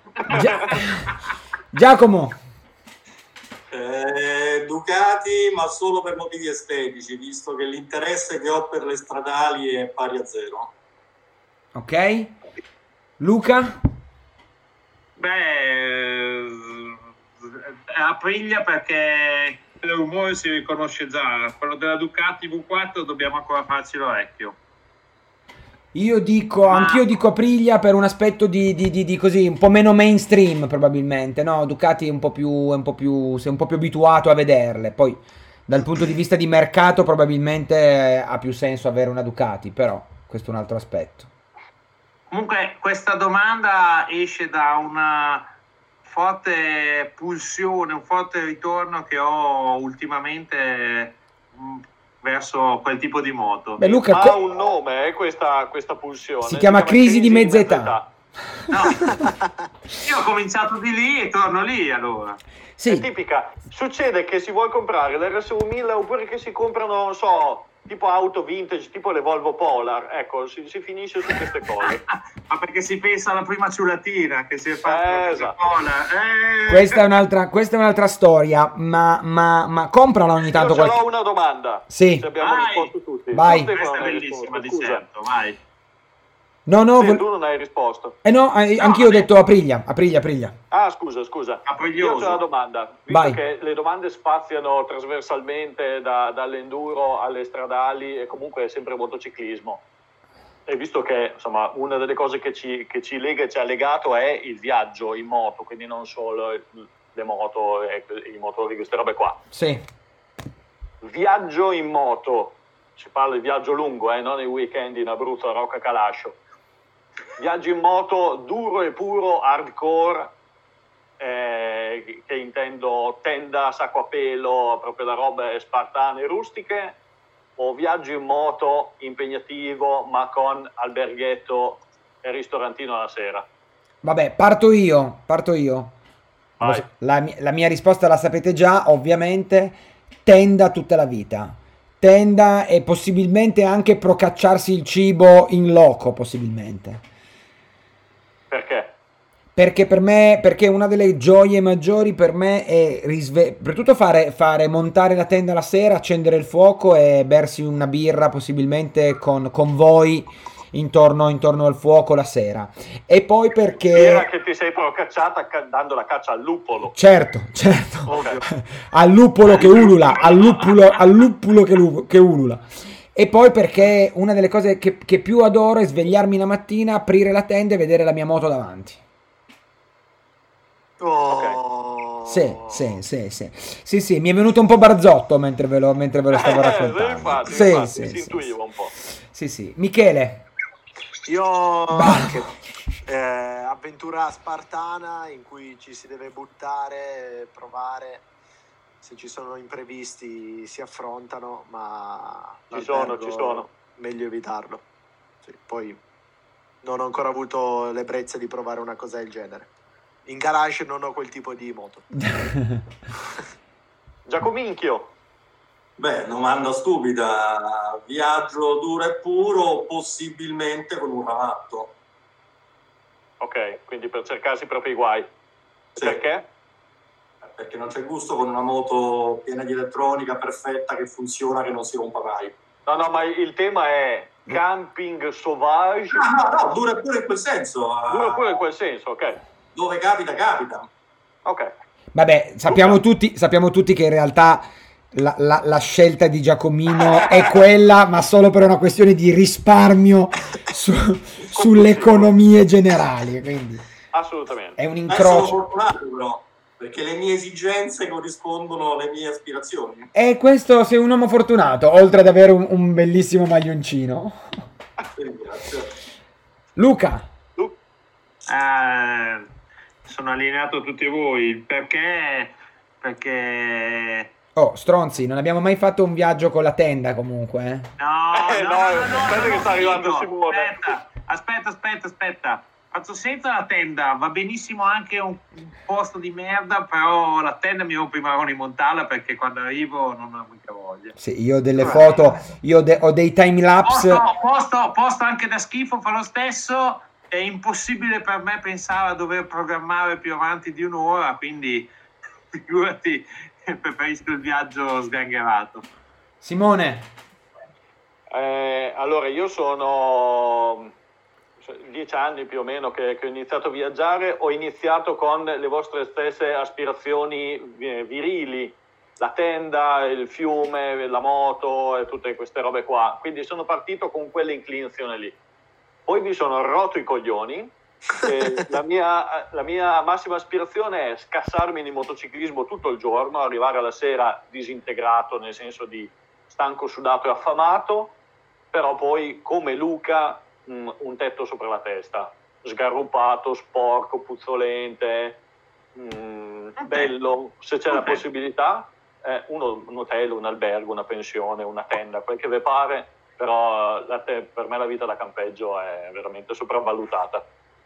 Giacomo. Ducati, ma solo per motivi estetici, visto che l'interesse che ho per le stradali è pari a 0. Ok. Luca? Aprilia perché il rumore si riconosce già, quello della Ducati V4 dobbiamo ancora farci l'orecchio. Anch'io dico Aprilia per un aspetto di così, un po' meno mainstream probabilmente, no? Ducati è un po' più sei un po' più abituato a vederle, poi dal punto di vista di mercato probabilmente ha più senso avere una Ducati, però questo è un altro aspetto. Comunque questa domanda esce da una forte pulsione, un forte ritorno che ho ultimamente verso quel tipo di moto. Beh, Luca, ha un nome, questa pulsione. Si chiama crisi di mezza età. No. Io ho cominciato di lì e torno lì allora. Sì. È tipica. Succede che si vuole comprare l'RSV1000 oppure che si comprano, non so, tipo auto vintage, tipo le Volvo Polar. Ecco, si finisce su queste cose. Ma perché si pensa alla prima ciulatina che si è fatta esatto. Polar. Questa è un'altra storia, ma comprala ogni tanto. Io ho una domanda. Sì. Se abbiamo risposto tutti. Vai. Questa è bellissima di certo, vai. No, tu non hai risposto. No, anch'io ho detto Aprilia. Ah, scusa. Io ho una domanda. Visto Vai. che le domande spaziano trasversalmente dall'enduro alle stradali e comunque è sempre motociclismo. E visto che, insomma, una delle cose che ci lega e ci ha legato è il viaggio in moto, quindi non solo le moto e i motori, queste robe qua. Sì. Viaggio in moto. Si parla di viaggio lungo, non i weekend in Abruzzo a Rocca Calascio. Viaggio in moto duro e puro, hardcore, che intendo tenda, sacco a pelo, proprio da robe spartane e rustiche, o viaggio in moto impegnativo ma con alberghetto e ristorantino alla sera? Vabbè, parto io. La mia risposta la sapete già, ovviamente, tenda tutta la vita. Tenda e possibilmente anche procacciarsi il cibo in loco, possibilmente. Perché? Perché per me, perché una delle gioie maggiori per me è per tutto fare montare la tenda la sera, accendere il fuoco e bersi una birra possibilmente con voi intorno al fuoco la sera. E poi perché... Birra che ti sei procacciata dando la caccia al luppolo. Certo. Okay. Al luppolo che ulula, al luppolo che ulula. E poi perché una delle cose che più adoro è svegliarmi la mattina, aprire la tenda e vedere la mia moto davanti. Oh. Sì, mi è venuto un po' Barzotto mentre ve lo stavo raccontando. Infatti, si intuiva un po'. Sì. Michele. Io anche avventura spartana in cui ci si deve buttare, provare, se ci sono imprevisti si affrontano, ma ci sono. Meglio evitarlo. Sì, poi non ho ancora avuto l'ebbrezza di provare una cosa del genere. In garage non ho quel tipo di moto. Giacominchio. Beh, domanda stupida. Viaggio duro e puro, possibilmente con un ramatto. Ok, quindi per cercarsi i propri guai. Sì. Perché? Perché non c'è gusto con una moto piena di elettronica, perfetta, che funziona, che non si rompa mai. No, ma il tema è camping sauvage. No, duro e puro in quel senso. Duro e puro in quel senso, ok. Dove capita. Ok. Vabbè, sappiamo tutti che in realtà la scelta di Giacomino è quella, ma solo per una questione di risparmio sulle economie generali. Quindi assolutamente. È un incrocio. Sono fortunato però, perché le mie esigenze corrispondono alle mie aspirazioni. E questo sei un uomo fortunato, oltre ad avere un bellissimo maglioncino. Grazie. Luca. Sono allineato a tutti voi. Perché Oh, stronzi, non abbiamo mai fatto un viaggio con la tenda comunque, eh? No, aspetta che sta arrivando finito. Simone. Aspetta. Faccio senza la tenda, va benissimo anche un posto di merda, però la tenda mi rompo i maroni in montagna perché quando arrivo non ho mica voglia. Sì, io ho delle foto, ho dei time lapse. Posto anche da schifo, fa lo stesso. È impossibile per me pensare a dover programmare più avanti di un'ora, quindi figurati, preferisco il viaggio sgangherato. Simone. Allora, io sono 10 anni più o meno che ho iniziato a viaggiare. Ho iniziato con le vostre stesse aspirazioni virili, la tenda, il fiume, la moto e tutte queste robe qua, quindi sono partito con quelle inclinazioni lì. Poi mi sono rotto i coglioni. La mia massima aspirazione è scassarmi in motociclismo tutto il giorno, arrivare alla sera disintegrato, nel senso di stanco, sudato e affamato, però poi come Luca un tetto sopra la testa, sgarrupato, sporco, puzzolente, bello, se c'è la possibilità, un hotel, un albergo, una pensione, una tenda, quel che vi pare. Però per me la vita da campeggio è veramente sopravvalutata.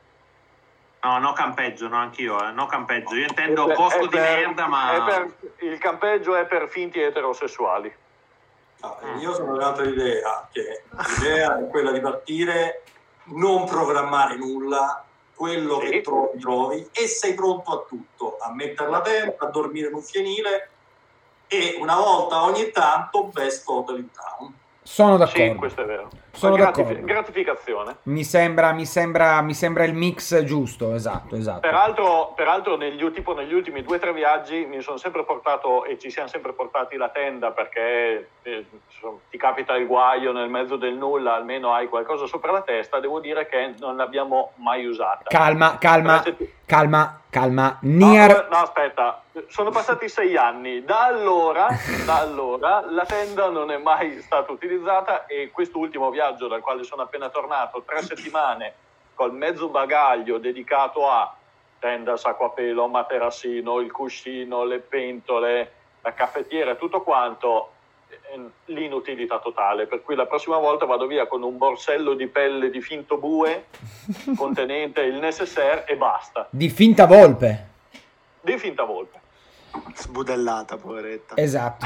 No campeggio, no, anch'io, no campeggio. Io intendo posto di merda, ma... il campeggio è per finti eterosessuali. Io sono dell'altra idea, che l'idea è quella di partire, non programmare nulla, quello che trovi e sei pronto a tutto, a mettere la tenda, a dormire in un fienile e una volta ogni tanto best hotel in town. Sono d'accordo. Sì, questo è vero. Sono d'accordo. Gratificazione. Mi sembra il mix giusto, esatto. Peraltro negli ultimi 2 o 3 viaggi mi sono sempre portato e ci siamo sempre portati la tenda, perché ti capita il guaio nel mezzo del nulla, almeno hai qualcosa sopra la testa. Devo dire che non l'abbiamo mai usata. Calma. No, aspetta, sono passati 6 anni. Da allora la tenda non è mai stata utilizzata, e quest'ultimo viaggio dal quale sono appena tornato, 3 settimane col mezzo bagaglio dedicato a tenda, sacco a pelo, materassino, il cuscino, le pentole, la caffettiera e tutto quanto, l'inutilità totale, per cui la prossima volta vado via con un borsello di pelle di finto bue contenente il nécessaire e basta. Di finta volpe. di finta volpe. Sbudellata, poveretta. Esatto.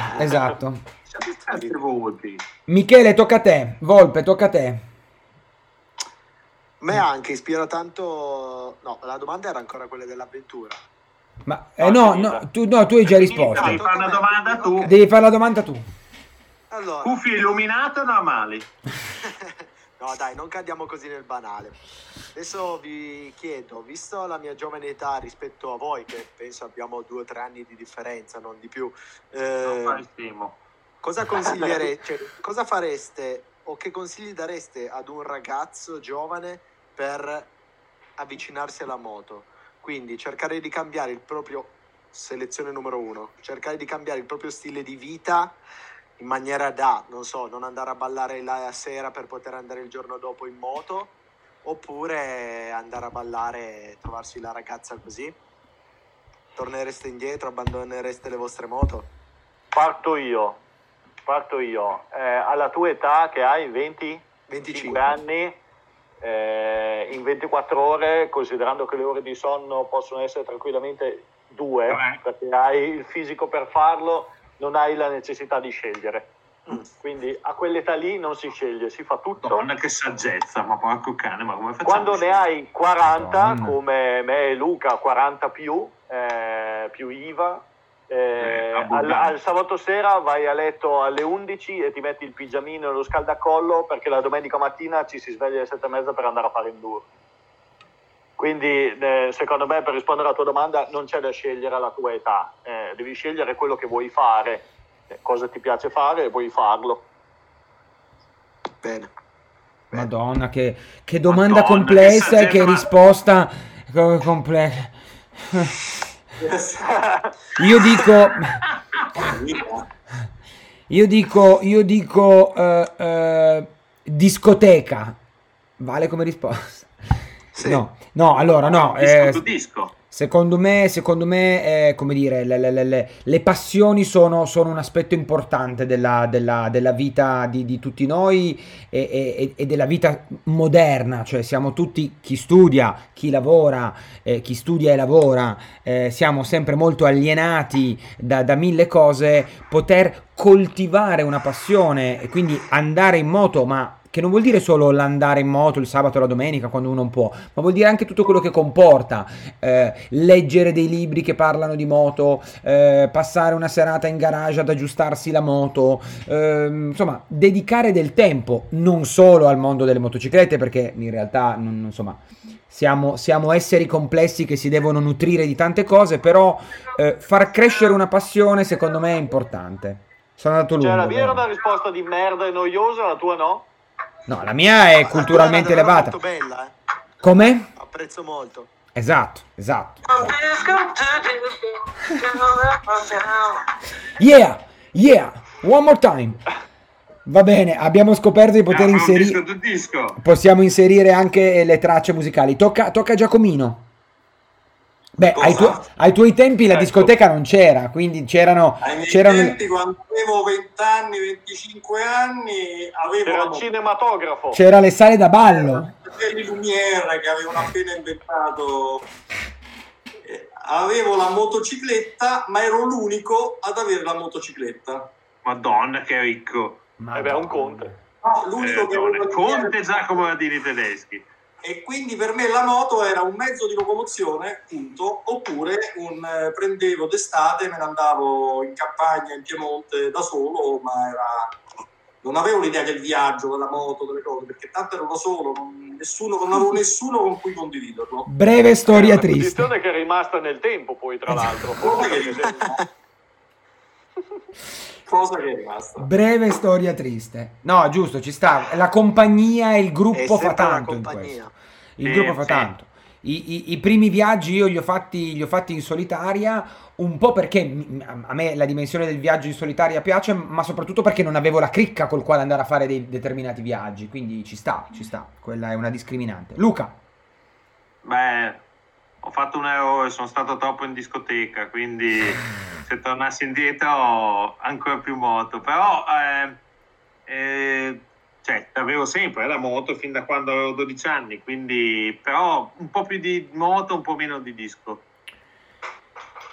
Voti. Michele, tocca a te. Volpe, tocca a te. Me anche ispira tanto. No, la domanda era ancora quella dell'avventura. Ma tu hai già risposto. Devi fare una domanda tu. Ok. Devi fare la domanda tu. Allora, Cuffie illuminate o normali? no, dai, non cadiamo così nel banale. Adesso vi chiedo, visto la mia giovane età rispetto a voi, che penso abbiamo 2 o 3 anni di differenza, non di più, Non faremo. cosa consiglierete, cioè, cosa fareste o che consigli dareste ad un ragazzo giovane per avvicinarsi alla moto? Quindi cercare di cambiare il proprio, selezione numero 1, cercare di cambiare il proprio stile di vita in maniera da, non so, non andare a ballare la sera per poter andare il giorno dopo in moto, oppure andare a ballare e trovarsi la ragazza così? Tornereste indietro, abbandonereste le vostre moto? Parto io. Alla tua età, che hai 25 25. anni, in 24 ore, considerando che le ore di sonno possono essere tranquillamente 2, perché hai il fisico per farlo, non hai la necessità di scegliere. Quindi a quell'età lì non si sceglie, si fa tutto. Donna, che saggezza, ma porco cane, ma come facciamo? Quando ne hai 40, Madonna. come me e Luca, 40 più IVA, al sabato sera vai a letto alle 11 e ti metti il pigiamino e lo scaldacollo, perché la domenica mattina ci si sveglia alle 7:30 per andare a fare enduro. Quindi secondo me, per rispondere alla tua domanda, non c'è da scegliere alla tua età, devi scegliere quello che vuoi fare, cosa ti piace fare e vuoi farlo. Bene. Madonna, che domanda Madonna, complessa e che che risposta complessa. Io dico discoteca. Vale come risposta? Sì. No, allora no. Disco. Secondo me, come dire, le passioni sono un aspetto importante della vita di tutti noi e della vita moderna, cioè siamo tutti, chi studia, chi lavora, chi studia e lavora, siamo sempre molto alienati da mille cose. Poter coltivare una passione e quindi andare in moto, ma che non vuol dire solo l'andare in moto il sabato o la domenica quando uno può, ma vuol dire anche tutto quello che comporta, leggere dei libri che parlano di moto, passare una serata in garage ad aggiustarsi la moto, insomma, dedicare del tempo non solo al mondo delle motociclette, perché in realtà insomma siamo esseri complessi che si devono nutrire di tante cose, però far crescere una passione secondo me è importante. Sono andato lungo. Cioè, la mia era vero? una risposta di merda e noiosa, la tua no? No, la mia è culturalmente La tua era elevata. molto bella, Come? apprezzo molto. Esatto. Yeah, one more time. Va bene, abbiamo scoperto di poter inserire. Disco. Possiamo inserire anche le tracce musicali. Tocca a Giacomino. Beh, ai tuoi tempi la discoteca non c'era, quindi c'erano. Ai miei tempi, quando avevo 20 anni, 25 anni, Era il cinematografo. C'era le sale da ballo. i Lumière che avevano appena inventato. Avevo la motocicletta, ma ero l'unico ad avere la motocicletta. Madonna, che ricco. Beh, un conte. No, l'unico che aveva Conte Giacomo Radini tedeschi. E quindi per me la moto era un mezzo di locomozione, punto, oppure prendevo d'estate, me ne andavo in campagna, in Piemonte da solo, ma non avevo l'idea del viaggio, della moto, delle cose, perché tanto ero da solo, non avevo nessuno con cui condividerlo. Breve storia Una triste. condizione che è rimasta nel tempo, poi, tra l'altro. Cosa che è rimasta. Breve storia triste. No, giusto, ci sta. La compagnia e il gruppo fa sempre una tanto in compagnia. questo. Il gruppo fa sì. tanto. I primi viaggi io li ho fatti in solitaria, un po' perché a me la dimensione del viaggio in solitaria piace, ma soprattutto perché non avevo la cricca col quale andare a fare dei determinati viaggi, quindi ci sta. Quella è una discriminante. Luca. Beh, ho fatto un errore, sono stato troppo in discoteca, quindi se tornassi indietro ancora più moto, però cioè, avevo sempre la moto fin da quando avevo 12 anni, quindi però un po' più di moto, un po' meno di disco.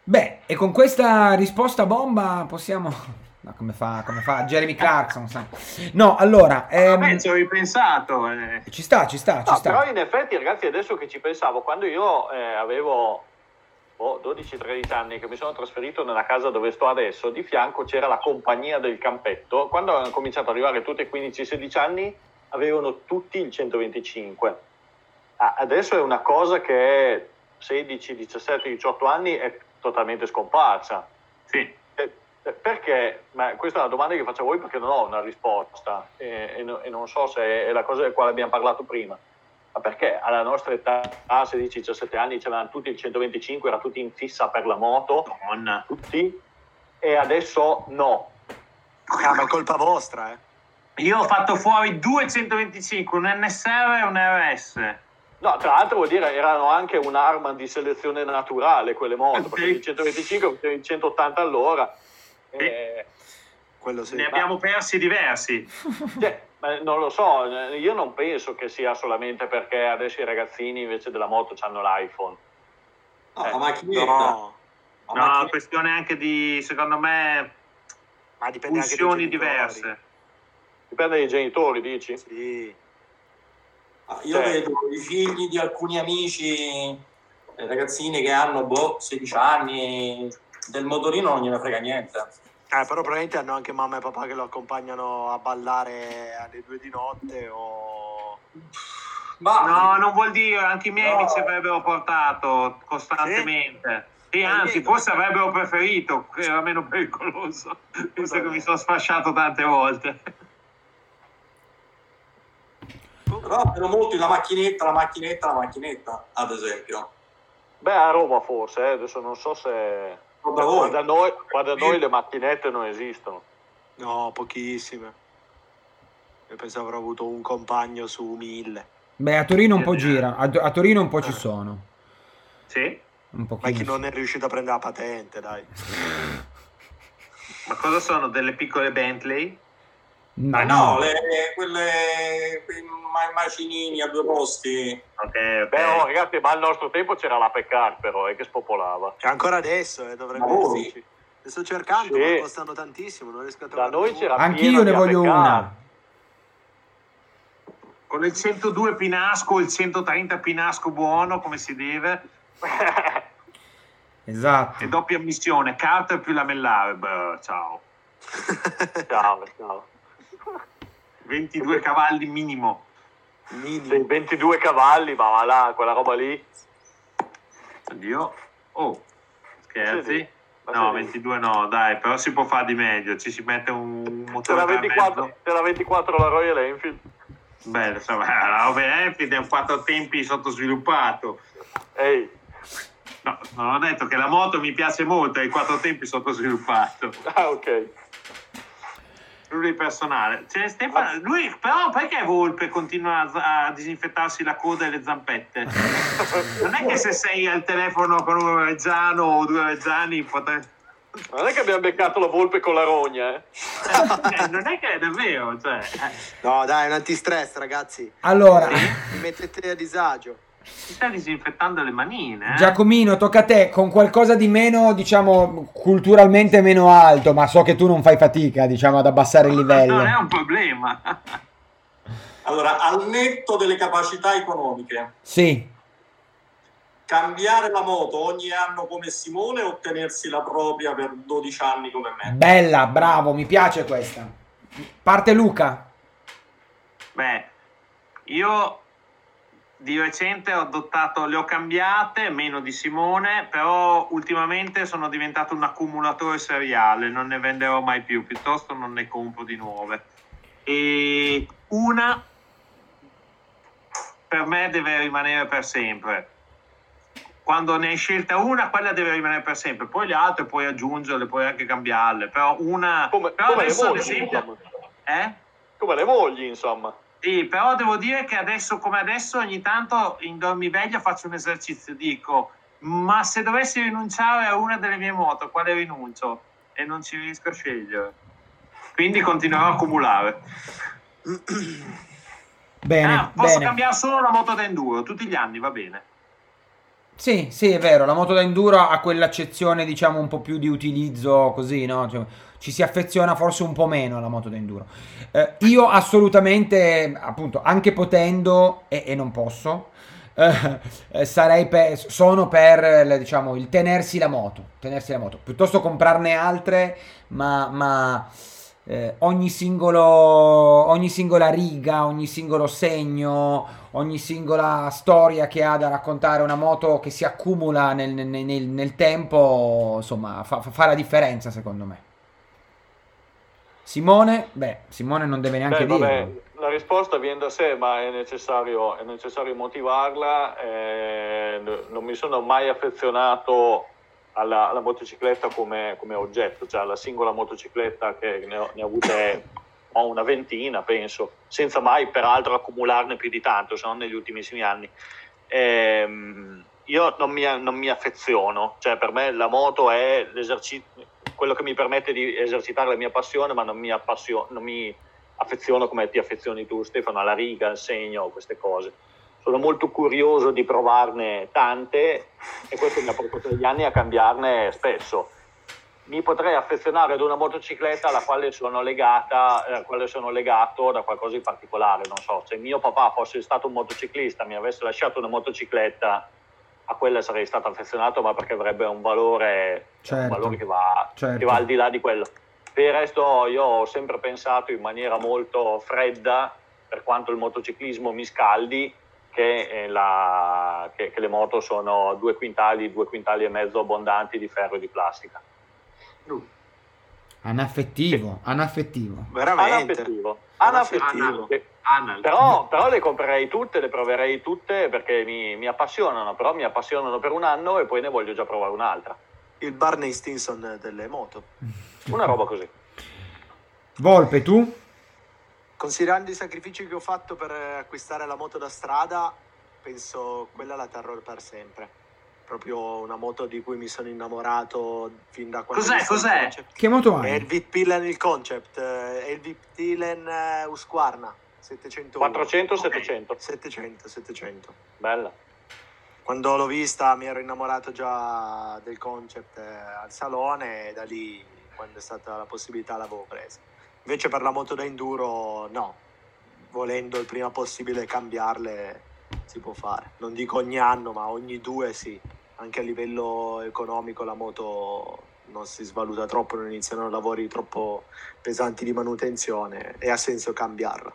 Beh, e con questa risposta bomba possiamo... No, come fa Jeremy Clarkson, sa. No, allora... ci ho ripensato. Ci sta. Però in effetti, ragazzi, adesso che ci pensavo, quando io avevo 12-13 anni, che mi sono trasferito nella casa dove sto adesso, di fianco c'era la compagnia del campetto. Quando hanno cominciato ad arrivare tutti i 15-16 anni, avevano tutti il 125. Adesso è una cosa che 16, 17, 18 anni è totalmente scomparsa. Sì. Perché? Ma questa è una domanda che faccio a voi perché non ho una risposta e non so se è la cosa del quale abbiamo parlato prima. Ma perché alla nostra età, 16-17 anni, c'erano tutti il 125, era tutti in fissa per la moto, tutti, e adesso no. Ma è colpa vostra, Io ho fatto fuori 2 125, un NSR e un RS. No, tra l'altro vuol dire erano anche un'arma di selezione naturale quelle moto, perché il 125 è il 180 all'ora. Quello sì. Ne abbiamo persi diversi. Ma non lo so, io non penso che sia solamente perché adesso i ragazzini invece della moto hanno l'iPhone. No, la macchinetta. No. No, questione anche di, secondo me, Ma dipende anche dai pulsioni genitori. diverse. Dipende dai genitori, dici? Sì. Io vedo i figli di alcuni amici, ragazzini che hanno 16 anni, del motorino non gliene frega niente. Però probabilmente hanno anche mamma e papà che lo accompagnano a ballare alle 2 di notte o... No, non vuol dire, anche i miei mi ci avrebbero portato costantemente. Sì, anzi, forse avrebbero preferito, che era meno pericoloso, visto che mi sono sfasciato tante volte. Però vedo molto la macchinetta, ad esempio. Beh, a Roma forse, adesso non so se... Qua da noi le macchinette non esistono. No, pochissime. Io pensavo avrò avuto un compagno su 1000. Beh, a Torino un po' gira, a Torino un po' ci sono. Sì? Un Ma chi non è riuscito a prendere la patente, dai. Ma cosa sono? Delle piccole Bentley? Ma no, quei macinini a 2 posti. Ok. Beh, ragazzi, ma al nostro tempo c'era la Peccar, però, che spopolava. E ancora adesso, dovrebbe esserci. Le sto cercando, ma costano tantissimo, non riesco a trovare. Da noi c'era anch'io ne voglio una. Con il 102 Pinasco, il 130 Pinasco buono, come si deve. Esatto. E doppia missione, carta più lamellare. Beh, ciao. Ciao. 22 cavalli minimo. Sì, 22 cavalli, ma va là, quella roba lì. Oddio. Oh, scherzi? Sì. No, 22 no, dai, però si può fare di meglio. Ci si mette un motore c'era 24 la Royal Enfield. Beh, insomma, la Royal Enfield è un 4 tempi sottosviluppato. Ehi. No, non ho detto che la moto mi piace molto, è il 4 tempi sottosviluppato. Ah, ok. Lui personale. Stefano, lui però perché Volpe continua a disinfettarsi la coda e le zampette? Non è che se sei al telefono con un reggiano o 2 reggiani non è che abbiamo beccato la Volpe con la rogna, non è che è davvero, cioè. No, dai, è un antistress, ragazzi. Allora, mettete a disagio. Si sta disinfettando le manine, Giacomino, tocca a te, con qualcosa di meno, diciamo, culturalmente meno alto, ma so che tu non fai fatica, diciamo, ad abbassare il livello. Non è un problema. Allora, al netto delle capacità economiche, sì, cambiare la moto ogni anno come Simone o tenersi la propria per 12 anni come me? bella, bravo, mi piace questa. Parte Luca. Beh, io di recente ho adottato, le ho cambiate, meno di Simone, però ultimamente sono diventato un accumulatore seriale, non ne venderò mai più, piuttosto non ne compro di nuove. E una per me deve rimanere per sempre. Quando ne hai scelta una, quella deve rimanere per sempre, poi le altre puoi aggiungerle, puoi anche cambiarle, però una... Come adesso, le ad mogli, esempio... Come le mogli, insomma. Sì, però devo dire che adesso come adesso ogni tanto in dormiveglia faccio un esercizio, dico, ma se dovessi rinunciare a una delle mie moto, quale rinuncio? E non ci riesco a scegliere. Quindi continuerò a accumulare. Bene, Posso bene. cambiare solo la moto da enduro, tutti gli anni, va bene. Sì, sì, è vero, la moto da enduro ha quell'accezione, diciamo, un po' più di utilizzo così, no? Cioè, ci si affeziona forse un po' meno alla moto da enduro. Io assolutamente, appunto, anche potendo, e non posso, sono per, diciamo, il tenersi la moto, piuttosto comprarne altre, ma ogni singola riga, ogni singolo segno, ogni singola storia che ha da raccontare una moto che si accumula nel tempo, insomma, fa la differenza secondo me. Simone? Beh, Simone non deve neanche dirlo. Vabbè, la risposta viene da sé, ma è necessario motivarla. Non mi sono mai affezionato alla motocicletta come oggetto, cioè alla singola motocicletta, che ne ho avute una ventina, penso, senza mai peraltro accumularne più di tanto, se non negli ultimissimi anni. Io non mi affeziono, cioè per me la moto è quello che mi permette di esercitare la mia passione, ma non mi affeziono come ti affezioni tu, Stefano, alla riga, al segno, queste cose. Sono molto curioso di provarne tante e questo mi ha portato negli anni a cambiarne spesso. Mi potrei affezionare ad una motocicletta alla quale sono legato da qualcosa di particolare. Non so, se mio papà fosse stato un motociclista, mi avesse lasciato una motocicletta, a quella sarei stato affezionato, ma perché avrebbe un valore, certo, un valore che va al di là di quello. Per il resto io ho sempre pensato in maniera molto fredda, per quanto il motociclismo mi scaldi, che le moto sono 2 quintali e mezzo abbondanti di ferro e di plastica. Anaffettivo. Veramente. Anaffettivo. Però le comprerei tutte, le proverei tutte perché mi appassionano, però mi appassionano per un anno e poi ne voglio già provare un'altra. Il Barney Stinson delle moto. Una roba così. Volpe, tu? Considerando i sacrifici che ho fatto per acquistare la moto da strada, penso quella la terrò per sempre. Proprio una moto di cui mi sono innamorato fin da quando... Cos'è? Che moto hai? È il Vitpilen, il Concept, è il Vitpilen Husqvarna 700. 400 o okay. 700. Bella. Quando l'ho vista mi ero innamorato già del Concept al salone e da lì, quando è stata la possibilità, l'avevo presa. Invece per la moto da enduro no, volendo il prima possibile cambiarle si può fare, non dico ogni anno ma ogni 2 sì, anche a livello economico la moto non si svaluta troppo, non iniziano lavori troppo pesanti di manutenzione e ha senso cambiarla.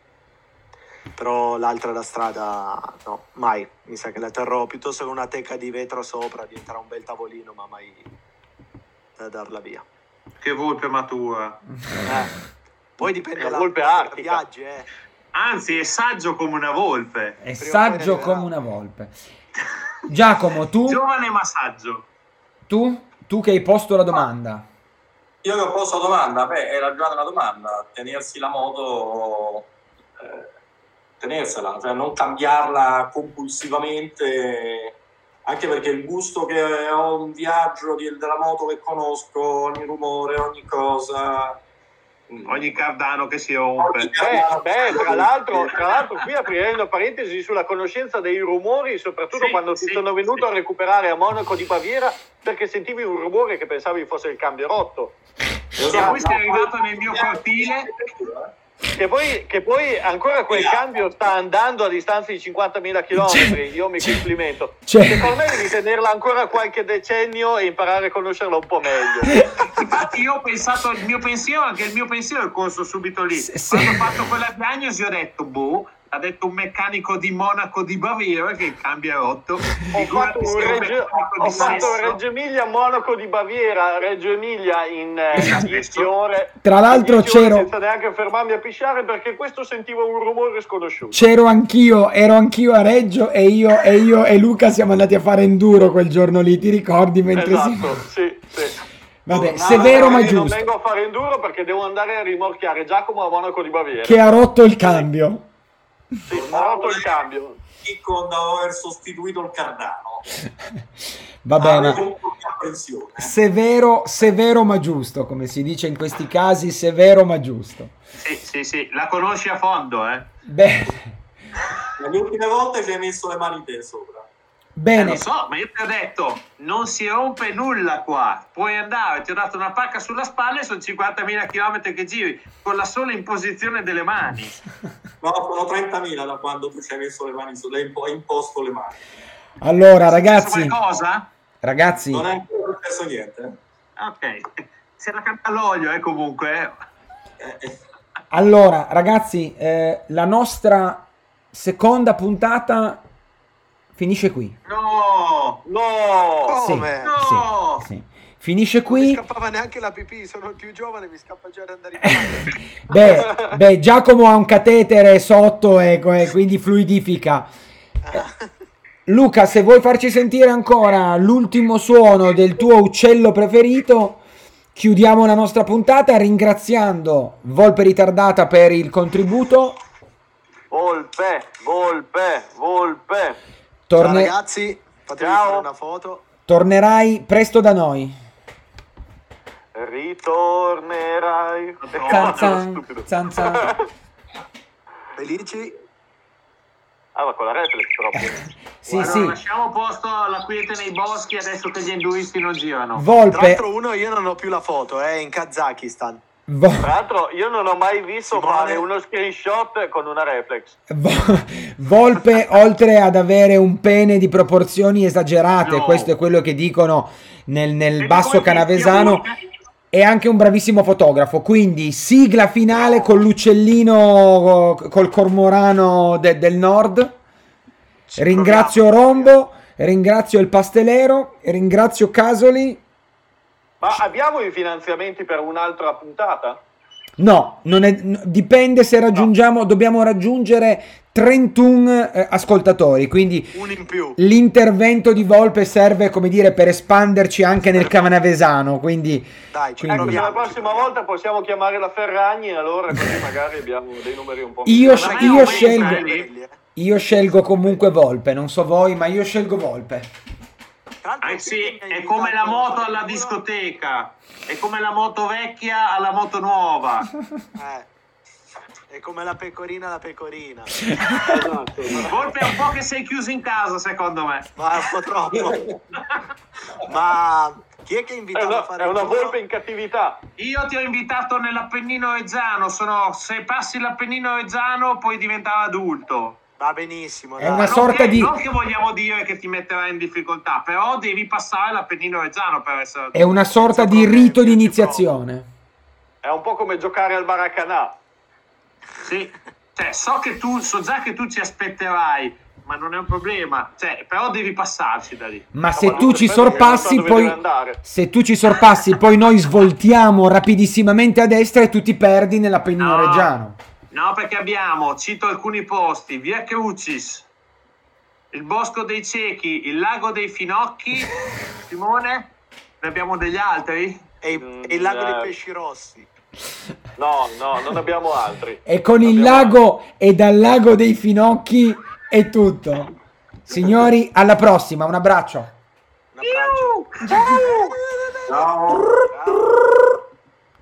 Però l'altra da strada no, mai, mi sa che la terrò piuttosto con una teca di vetro sopra, diventerà un bel tavolino ma mai da darla via. Che volpe matura. Poi dipende È una da volpe artica. viaggi, Anzi, è saggio come una volpe. È saggio come una volpe. Giacomo, tu? Giovane ma saggio. Tu che hai posto la domanda. Io che ho posto la domanda, è ragionata la domanda, tenersi la moto, tenersela, cioè non cambiarla compulsivamente, anche perché il gusto che ho un viaggio della moto che conosco, ogni rumore, ogni cosa... Ogni cardano che si rompe. Tra l'altro qui aprirei una parentesi sulla conoscenza dei rumori, soprattutto quando ti sono venuto a recuperare a Monaco di Baviera, perché sentivi un rumore che pensavi fosse il cambio rotto. E poi sei arrivato nel mio cortile. Che poi ancora quel cambio sta andando a distanza di 50.000 km, io mi complimento. Secondo me devi tenerla ancora qualche decennio e imparare a conoscerla un po' meglio. Infatti io ho pensato, il mio pensiero è corso subito lì. Quando ho fatto quella diagnosi ho detto, ha detto un meccanico di Monaco di Baviera che il cambio è rotto. Ho fatto Reggio Emilia, Monaco di Baviera, Reggio Emilia in 10 ore. Tra l'altro c'ero senza neanche fermarmi a pisciare perché questo sentivo un rumore sconosciuto. Ero anch'io a Reggio e io e Luca siamo andati a fare enduro quel giorno lì, ti ricordi? Mentre sì. Vabbè, severo ma giusto. Non vengo a fare enduro perché devo andare a rimorchiare Giacomo a Monaco di Baviera. Che ha rotto il cambio. Sì, ha rotto il cambio. Dopo aver sostituito il cardano. Va bene. Severo ma giusto, come si dice in questi casi, severo ma giusto. Sì, la conosci a fondo, Beh. Le ultime volte ci hai messo le mani te sopra. Bene. Lo so, ma io ti ho detto, non si rompe nulla qua. Puoi andare, ti ho dato una pacca sulla spalla e sono 50.000 km che giri, con la sola imposizione delle mani. No, sono 30.000 da quando tu ci hai messo le mani hai imposto le mani. Allora, ragazzi, Qualcosa? ragazzi, Non è ancora successo niente. Ok, se la cambia l'olio, comunque. allora, ragazzi, la nostra seconda puntata finisce qui. No! No! Come? No! Sì. Finisce Non mi qui. scappava neanche la pipì, sono il più giovane, mi scappa già di andare in bagno. Beh, Giacomo ha un catetere sotto e quindi fluidifica. Luca, se vuoi farci sentire ancora l'ultimo suono del tuo uccello preferito, chiudiamo la nostra puntata ringraziando Volpe Ritardata per il contributo. Volpe. Ciao ragazzi, fatemi Ciao. fare una foto. Tornerai presto da noi. Ritornerai. Zan zan, Stupido. zan zan. Felici? Ah, ma con la reflex proprio. Sì, Allora, sì. lasciamo posto alla quiete nei boschi adesso che gli enduristi non girano. Tra Volpe, l'altro io non ho più la foto, è in Kazakistan. Vo- Tra l'altro io non ho mai visto Simone. fare uno screenshot con una reflex. Volpe, oltre ad avere un pene di proporzioni esagerate, No. questo è quello che dicono nel Vedi basso come canavesano, fischia? è anche un bravissimo fotografo. Quindi sigla finale con l'uccellino, col cormorano del nord. Ringrazio Rombo, ringrazio il pastelero, ringrazio Casoli. Ma abbiamo i finanziamenti per un'altra puntata? No, dipende se raggiungiamo, dobbiamo raggiungere 31 ascoltatori, quindi Un in più. l'intervento di Volpe serve, come dire, per espanderci anche nel canavesano, quindi Dai, ci Quindi- Ecco, se la proviamo. prossima volta possiamo chiamare la Ferragni, allora così magari abbiamo dei numeri un po' Io, migliori. Ma io aumenta, scelgo, lì. io scelgo comunque Volpe, non so voi, ma io scelgo Volpe. Tra l'altro, Sì, chi mi ha è come la invitato moto a alla fare il culo? discoteca, è come la moto vecchia alla moto nuova. È come la pecorina alla pecorina. Esatto. Volpe è un po' che sei chiuso in casa, secondo me. Ma è un po' troppo. Ma chi è che ha È invitato una, a fare è il una culo? volpe in cattività. Io ti ho invitato nell'Appennino Reggiano, se passi l'Appennino Reggiano puoi diventare adulto. Va benissimo, È dai. una Non sorta che- di- Non che vogliamo dire che ti metterai in difficoltà, però devi passare l'Appennino Reggiano per essere È una sorta Senza di problemi, rito di io ci iniziazione. È un po' come giocare al Maracanã. Sì, cioè so già che tu ci aspetterai, ma non è un problema, cioè, però devi passarci da lì. Ma No, se ma tu non ci so dove sorpassi, deve poi andare. se tu ci sorpassi, poi noi svoltiamo rapidissimamente a destra e tu ti perdi nell'Appennino No. Reggiano. No, perché abbiamo, cito alcuni posti, Via Crucis, il Bosco dei Ciechi, il Lago dei Finocchi, Simone, ne abbiamo degli altri? E il lago dei pesci rossi. No, non abbiamo altri. E con il Abbiamo- lago e dal lago dei Finocchi è tutto. Signori, alla prossima, un abbraccio. Un abbraccio. Ciao.